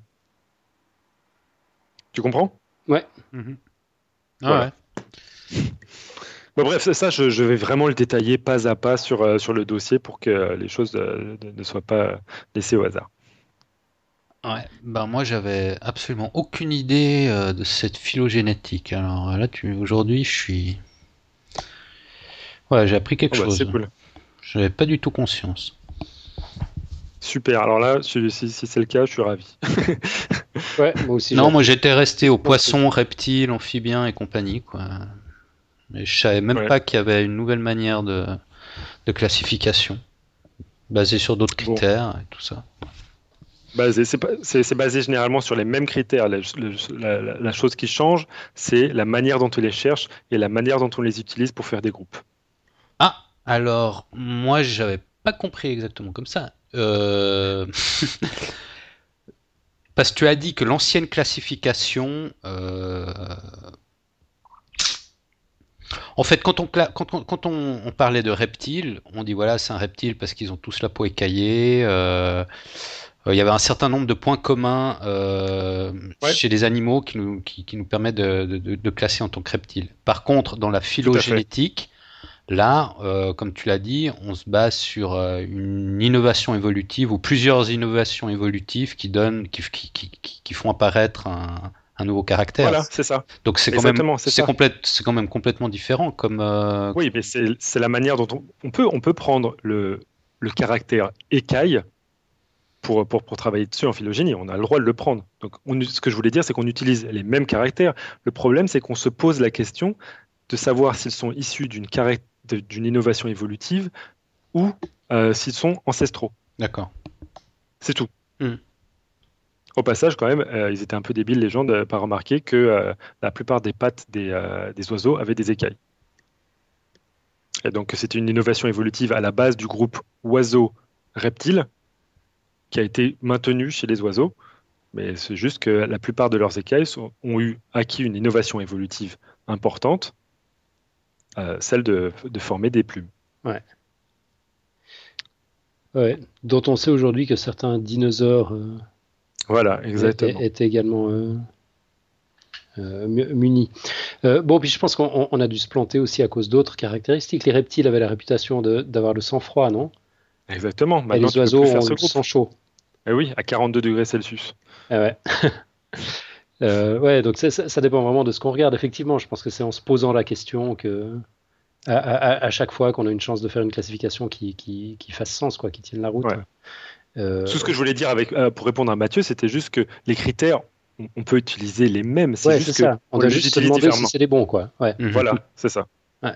Tu comprends?
Ouais,
Mhm. Ah
Voilà.
ouais.
Bon, bref, ça, ça, je, je vais vraiment le détailler pas à pas sur, euh, sur le dossier pour que euh, les choses euh, ne ne soient pas laissées au hasard.
Ouais. Ben moi j'avais absolument aucune idée euh, de cette phylogénétique. Alors là tu aujourd'hui je suis ouais, j'ai appris quelque
Oh, bah, c'est
chose.
cool.
J'avais pas du tout conscience.
Super. Alors là, si, si- si c'est le cas, je suis ravi.
ouais, moi aussi.
Non,
j'ai
moi
appris
j'étais resté aux
plein de trucs.
poissons, reptiles, amphibiens et compagnie quoi. Mais je savais même
Ouais.
pas qu'il y avait une nouvelle manière de, de classification basée sur d'autres
Bon.
critères et tout ça.
Basé, c'est pas- c'est- c'est basé généralement sur les mêmes critères. La, la- la- la chose qui change, c'est la manière dont on les cherche et la manière dont on les utilise pour faire des groupes.
Ah, alors moi j'avais pas compris exactement comme ça. Euh... Parce que tu as dit que l'ancienne classification, euh, en fait, quand on, cla- quand on, quand on, on parlait de reptiles, on dit voilà, c'est un reptile parce qu'ils ont tous la peau écaillée. euh, euh, Il y avait un certain nombre de points communs euh,
Ouais.
chez les animaux qui nous, qui, qui nous permettent de, de, de- de classer en tant que reptile. Par contre, dans la phylogénétique, là, euh, comme tu l'as dit, on se base sur euh, une innovation évolutive ou plusieurs innovations évolutives qui donnent, qui, qui, qui, qui- qui font apparaître un, un nouveau caractère.
Voilà, c'est ça.
Donc c'est quand même,
Exactement, c'est
c'est
ça.
complète, c'est quand même complètement différent comme. euh,
Oui, mais c'est c'est la manière dont on, on peut, on peut prendre le, le caractère écaille pour, pour, pour travailler dessus en phylogénie. On a le droit de le prendre. Donc, on- ce que je voulais dire, c'est qu'on utilise les mêmes caractères. Le problème, c'est qu'on se pose la question de savoir s'ils sont issus d'une caract- de- d'une innovation évolutive ou euh, s'ils sont ancestraux.
D'accord.
C'est tout.
Hmm.
Au passage, quand même, euh, ils étaient un peu débiles, les gens, de ne pas remarquer que euh, la plupart des pattes des, euh, des oiseaux avaient des écailles. Et donc, c'était une innovation évolutive à la base du groupe oiseaux-reptiles qui a été maintenue chez les oiseaux. Mais c'est juste que la plupart de leurs écailles sont- ont eu acquis une innovation évolutive importante, euh, celle de, de former des plumes.
Ouais. Ouais, dont on sait aujourd'hui que certains dinosaures euh,
Voilà,
étaient,
exactement.
étaient également euh, euh, mu- munis. Euh, bon, puis je pense qu'on on- on a dû se planter aussi à cause d'autres caractéristiques. Les reptiles avaient la réputation de- d'avoir le sang froid, non?
Exactement.
Et
Maintenant,
les
tu peux
oiseaux
plus faire
ont
ce
le
groupe.
sang chaud.
Eh oui, à quarante-deux degrés Celsius.
Ah ouais. Euh, ouais, donc ça, ça- ça dépend vraiment de ce qu'on regarde. Effectivement, je pense que c'est en se posant la question que à, à- à chaque fois qu'on a une chance de faire une classification qui, qui, qui fasse sens, quoi, qui tienne la route.
Ouais.
Euh,
Tout ce que je voulais dire avec, euh, pour répondre à Mathieu, c'était juste que les critères, on, on peut utiliser les mêmes. C'est
ouais, c'est
juste que
ça. On
on
doit
les
juste se
utilise
demander si
différemment.
c'est les bons, quoi. Ouais.
Mhm.
Voilà, c'est ça.
Ouais.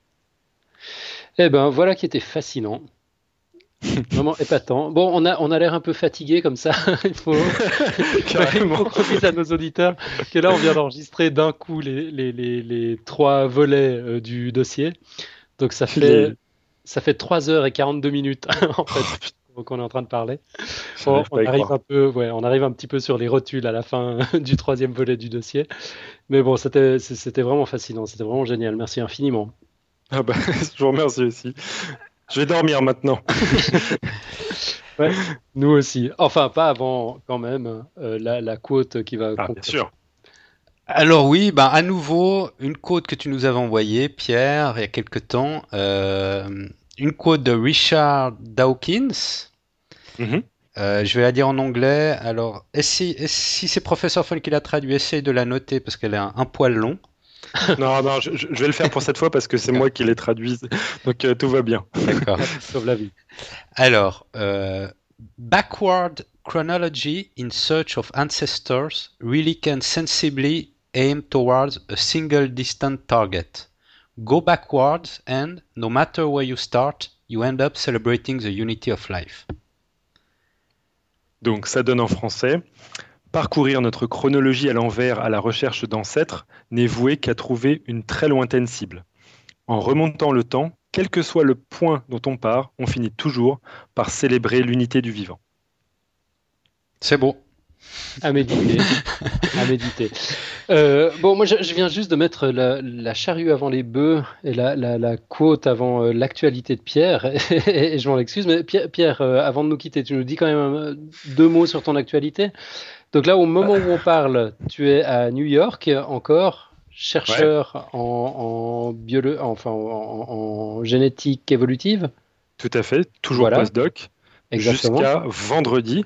Eh ben, voilà qui était fascinant. Vraiment épatant. Bon, on a, on a l'air un peu fatigué comme ça. Il faut, il
Carrément.
faut qu'on dise à nos auditeurs que là, on vient d'enregistrer d'un coup les, les, les, les trois volets euh, du dossier. Donc, ça fait,
Les-
ça fait trois heures et quarante-deux minutes, en fait,
Oh, putain,
qu'on est en train de parler. On,
j'arrive
on
pas à y
arrive
croire.
un peu, ouais, on arrive un petit peu sur les rotules à la fin du troisième volet du dossier. Mais bon, c'était, c'est- c'était vraiment fascinant. C'était vraiment génial. Merci infiniment.
Ah bah, je vous remercie aussi. Je vais dormir maintenant.
Ouais, nous aussi. Enfin, pas avant, quand même, euh, la, la quote qui va
Ah, bien
conclure.
sûr.
Alors oui, ben à nouveau, une quote que tu nous avais envoyée, Pierre, il y a quelque temps. euh, une quote de Richard Dawkins.
Mhm.
Euh, je vais la dire en anglais. Alors, essaye- si c'est Professeur Fun qui l'a traduit, essaye de la noter parce qu'elle est un, un poil long.
Non, non, je, je vais le faire pour cette fois parce que c'est moi qui l'ai traduit. Donc euh, tout va bien.
D'accord.
Sauve la vie.
Alors, euh, backward chronology in search of ancestors really can sensibly aim towards a single distant target. Go backwards and, no matter where you start, you end up celebrating the unity of life.
Donc ça donne en français. Parcourir notre chronologie à l'envers à la recherche d'ancêtres n'est voué qu'à trouver une très lointaine cible. En remontant le temps, quel que soit le point dont on part, on finit toujours par célébrer l'unité du vivant.
C'est beau.
À méditer. À méditer. Euh, bon, moi, je, je viens juste de mettre la, la charrue avant les bœufs et la, la, la quote avant euh, l'actualité de Pierre. Et, je m'en excuse, mais Pierre, Pierre euh, avant de nous quitter, tu nous dis quand même euh, deux mots sur ton actualité. Donc là, au moment où on parle, tu es à New York encore, chercheur en, en, biolo- enfin, en, en génétique évolutive.
Tout à fait, toujours
Voilà,
postdoc,
exactement.
jusqu'à vendredi,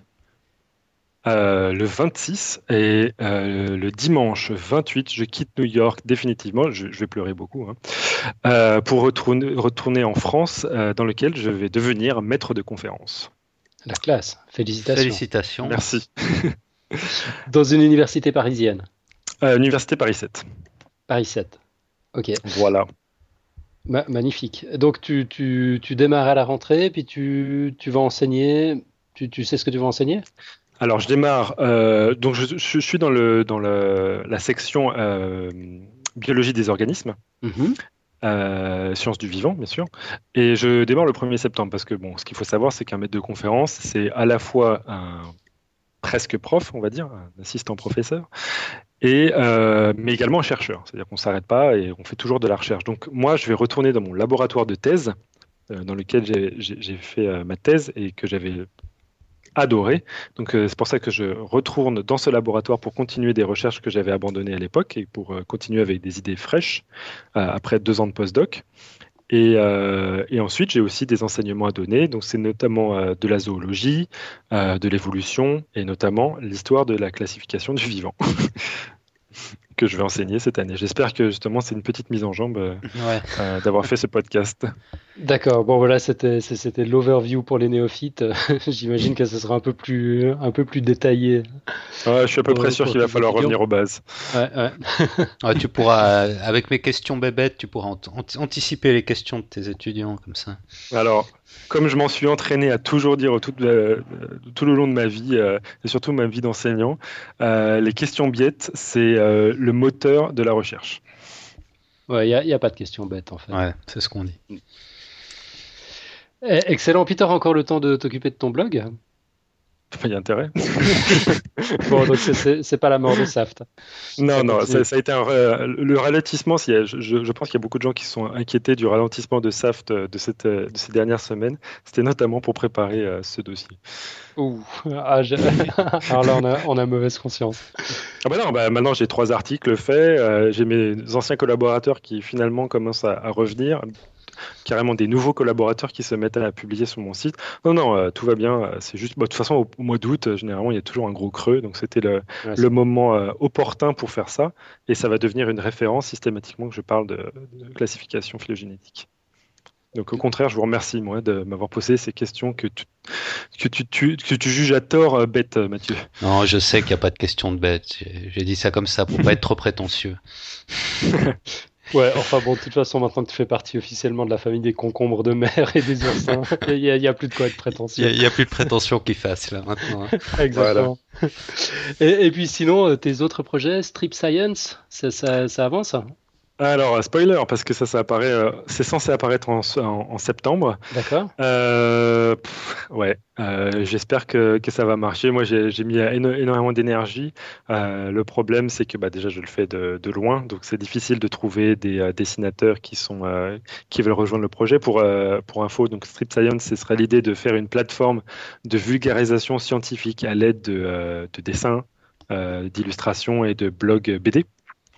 euh, le vingt-six, et euh, le dimanche vingt-huit, je quitte New York définitivement, je, je vais pleurer beaucoup, hein, euh, pour retourner, retourner en France, euh, dans lequel je vais devenir maître de conférence.
La classe. Félicitations.
Félicitations.
Merci.
Dans une université parisienne.
Euh, Université Paris sept.
Paris sept. Ok.
Voilà.
Ma- magnifique. Donc tu, tu, tu démarres à la rentrée, puis tu, tu vas enseigner. Tu, tu sais ce que tu vas enseigner?
Alors, je démarre. euh, donc, je, je suis dans, le, dans le, la section euh, biologie des organismes,
Mhm.
euh, sciences du vivant, bien sûr. Et je démarre le premier septembre parce que, bon, ce qu'il faut savoir, c'est qu'un maître de conférence, c'est à la fois un presque prof, on va dire, un assistant professeur, et, euh, mais également un chercheur. C'est-à-dire qu'on ne s'arrête pas et on fait toujours de la recherche. Donc, moi, je vais retourner dans mon laboratoire de thèse, euh, dans lequel j'ai j'ai- j'ai fait euh, ma thèse et que j'avais adoré. Donc euh, c'est pour ça que je retourne dans ce laboratoire pour continuer des recherches que j'avais abandonnées à l'époque et pour euh, continuer avec des idées fraîches euh, après deux ans de postdoc. Et, euh, et ensuite, j'ai aussi des enseignements à donner. Donc c'est notamment euh, de la zoologie, euh, de l'évolution et notamment l'histoire de la classification du vivant que je vais enseigner cette année. J'espère que justement c'est une petite mise en jambe euh,
Ouais.
euh, d'avoir fait ce podcast.
D'accord. Bon voilà, c'était c'est- c'était l'overview pour les néophytes. J'imagine que ce sera un peu plus un peu plus détaillé.
Ouais, je suis à peu
Pour-
près sûr
pour
qu'il va
tes
falloir
étudiants.
revenir aux bases.
Ouais, ouais.
Ouais, tu pourras, euh, avec mes questions bébêtes, tu pourras ant- ant- anticiper les questions de tes étudiants comme ça.
Alors, comme je m'en suis entraîné à toujours dire tout, euh, tout le long de ma vie, euh, et surtout ma vie d'enseignant, euh, les questions biètes, c'est euh, le moteur de la recherche.
Ouais, il n'y a, y a pas de question bête en fait.
Ouais, c'est ce qu'on dit.
Eh, excellent. Peter, encore le temps de t'occuper de ton blog?
Il y a intérêt.
Bon, donc c'est- c'est c'est pas la mort de Saft.
Non,
Ça
non,
continue.
ça, ça a été un, euh, le ralentissement. s'il y a- Je, je- je pense qu'il y a beaucoup de gens qui se sont inquiétés du ralentissement de Saft euh, de, cette, euh, de ces dernières semaines. C'était notamment pour préparer euh, ce dossier.
Ouh. Ah, j'ai- Alors là, on a, on a mauvaise conscience.
Ah bah non, bah maintenant j'ai trois articles faits. euh, j'ai mes anciens collaborateurs qui finalement commencent à, à revenir. Carrément des nouveaux collaborateurs qui se mettent à publier sur mon site. Non, non, euh, tout va bien. euh, C'est juste, bah, de toute façon, au, au mois d'août, euh, généralement, il y a toujours un gros creux. Donc, c'était le,
Ouais,
le moment euh, opportun pour faire ça. Et ça va devenir une référence systématiquement que je parle de, de classification phylogénétique. Donc, au contraire, je vous remercie, moi, de m'avoir posé ces questions que tu, que tu, tu- que tu juges à tort euh, bêtes, euh, Mathieu.
Non, je sais qu'il n'y a pas de question de bête. J'ai j'ai dit ça comme ça pour pas être trop prétentieux.
Ouais, enfin bon, de toute façon, maintenant que tu fais partie officiellement de la famille des concombres de mer et des oursins, il n'y a, il y a plus de quoi être
Il n'y
prétentieux.
a, il y a plus de prétention qui fasse là maintenant. hein.
Exactement. Et, et puis sinon, euh, tes autres projets, Strip Science, ça, ça, ça avance?
Alors, euh, spoiler, parce que ça, ça apparaît, euh, c'est censé apparaître en, en- en septembre.
D'accord.
Euh, pff, ouais, euh, j'espère que, que ça va marcher. Moi, j'ai j'ai mis éno- énormément d'énergie. Euh, le problème, c'est que bah, déjà, je le fais de, de loin, donc c'est difficile de trouver des euh, dessinateurs qui sont euh, qui veulent rejoindre le projet. Pour euh, pour info, donc Strip Science, ce serait l'idée de faire une plateforme de vulgarisation scientifique à l'aide de, euh, de dessins, euh, d'illustrations et de blogs B D.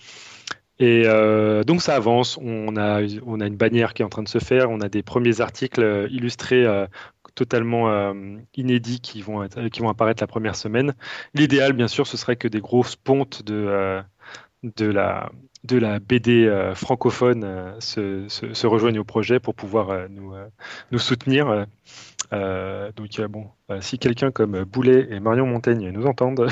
Et euh, donc ça avance, on a, on a une bannière qui est en train de se faire, on a des premiers articles euh, illustrés euh, totalement euh, inédits qui vont, être- qui vont apparaître la première semaine. L'idéal, bien sûr, ce serait que des grosses pontes de, euh, de la, de la B D euh, francophone euh, se, se- se rejoignent au projet pour pouvoir euh, nous, euh, nous soutenir. Euh, donc euh, bon, euh, si quelqu'un comme Boulet et Marion Montaigne nous entendent,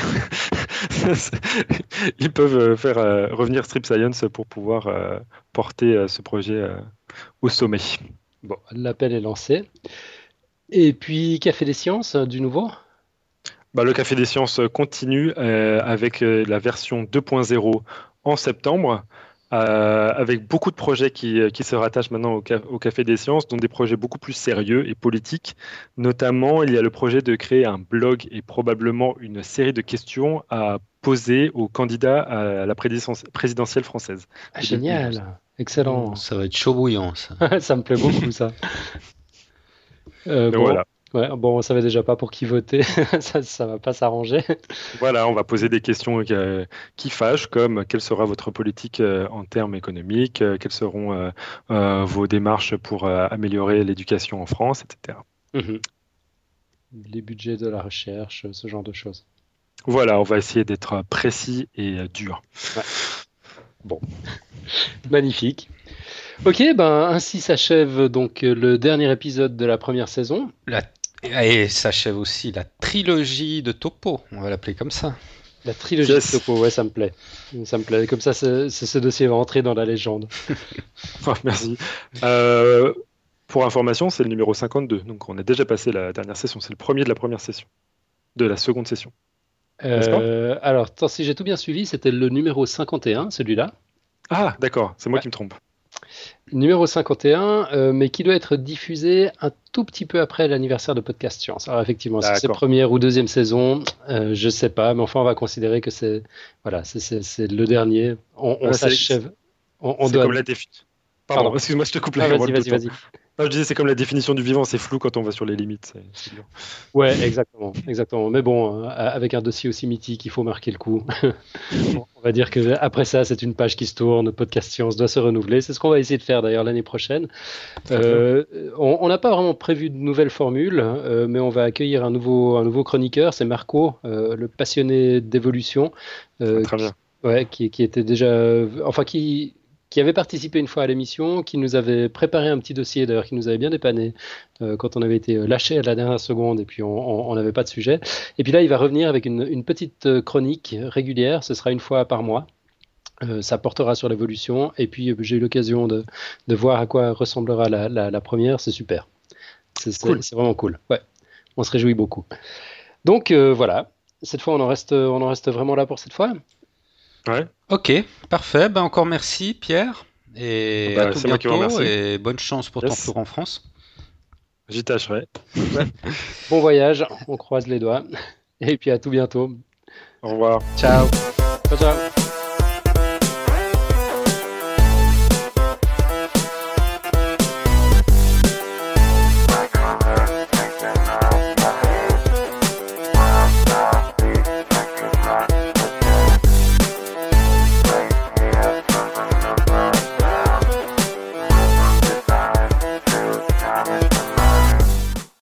ils peuvent euh, faire euh, revenir Strip Science pour pouvoir euh, porter euh, ce projet euh, au sommet.
Bon, l'appel est lancé. Et puis, Café des Sciences, euh, du nouveau?
Bah, le Café des Sciences continue euh, avec euh, la version deux point zéro en septembre, euh, avec beaucoup de projets qui, qui se rattachent maintenant au, ca- au Café des Sciences, dont des projets beaucoup plus sérieux et politiques. Notamment, il y a le projet de créer un blog et probablement une série de questions à poser aux candidats à la présidence- présidentielle française
Ah,
de deux mille douze.
génial, excellent.
Ça va être chaud bouillant ça.
Ça me plaît beaucoup, ça. Euh,
Donc
bon,
voilà.
ouais, bon, on savait déjà pas pour qui voter, ça, ça va pas s'arranger.
Voilà, on va poser des questions euh, qui fâchent, comme quelle sera votre politique euh, en termes économiques, euh, quelles seront euh, euh, vos démarches pour euh, améliorer l'éducation en France, et cetera.
Mhm. Les budgets de la recherche, ce genre de choses.
Voilà, on va essayer d'être précis et euh, dur.
Bon, magnifique. Ok, ben ainsi s'achève donc euh, le dernier épisode de la première saison.
La- Et s'achève aussi la trilogie de Topo, on va l'appeler comme ça.
La trilogie
Yes.
de Topo, ouais, ça me plaît. Ça me plaît. Comme ça, ce, ce- ce dossier va entrer dans la légende.
Oh, merci. Euh, pour information, c'est le numéro cinquante-deux. Donc, on a déjà passé la dernière session. C'est le premier de la première session, de la seconde session. N'est-ce pas
Euh, alors, attends, si j'ai tout bien suivi, c'était le numéro cinquante et un, celui-là.
Ah, d'accord, c'est moi
Ouais.
qui me trompe.
Numéro cinquante et un, euh, mais qui doit être diffusé un tout petit peu après l'anniversaire de Podcast Science. Alors effectivement, si c'est
D'accord.
première ou deuxième saison, euh, je sais pas, mais enfin on va considérer que c'est voilà, c'est- c'est c'est le dernier. On, on
Voilà, c'est-
s'achève. On, on
C'est
doit.
comme la définition. Pardon,
Pardon.
excuse-moi, je te coupe
Ah,
la
vas-y,
parole
vas-y,
tout le temps.
vas-y.
Non, je disais, c'est comme la définition du vivant, c'est flou quand on va sur les limites. c'est- c'est dur.
Ouais, exactement, exactement. Mais bon, euh, avec un dossier aussi mythique, il faut marquer le coup. Bon, on va dire que après ça, c'est une page qui se tourne. Podcast Science doit se renouveler. C'est ce qu'on va essayer de faire d'ailleurs l'année prochaine.
Très bien.
Euh, on on n'a pas vraiment prévu de nouvelles formules, euh, mais on va accueillir un nouveau, un nouveau chroniqueur. C'est Marco, euh, le passionné d'évolution, euh,
Très bien.
ouais, qui, qui était déjà, enfin qui, qui avait participé une fois à l'émission, qui nous avait préparé un petit dossier d'ailleurs, qui nous avait bien dépanné euh, quand on avait été lâché à la dernière seconde et puis on on- on n'avait pas de sujet. Et puis là, il va revenir avec une, une petite euh, chronique régulière. Ce sera une fois par mois. Euh, ça portera sur l'évolution. Et puis, euh, j'ai eu l'occasion de, de voir à quoi ressemblera la, la- la première. C'est super. C'est c'est-
Cool.
c'est vraiment cool. Ouais, on se réjouit beaucoup. Donc euh, voilà. Cette fois, on en reste, on en reste vraiment là pour cette fois.
Ouais.
Ok, parfait. Ben encore merci Pierre. Et
Bah,
à tout
c'est moi qui vous
bientôt
remercie.
et bonne chance pour ton
Yes.
retour en France.
J'y tâcherai.
Bon voyage, on croise les doigts. Et puis à tout bientôt.
Au revoir.
Ciao. Ciao, ciao.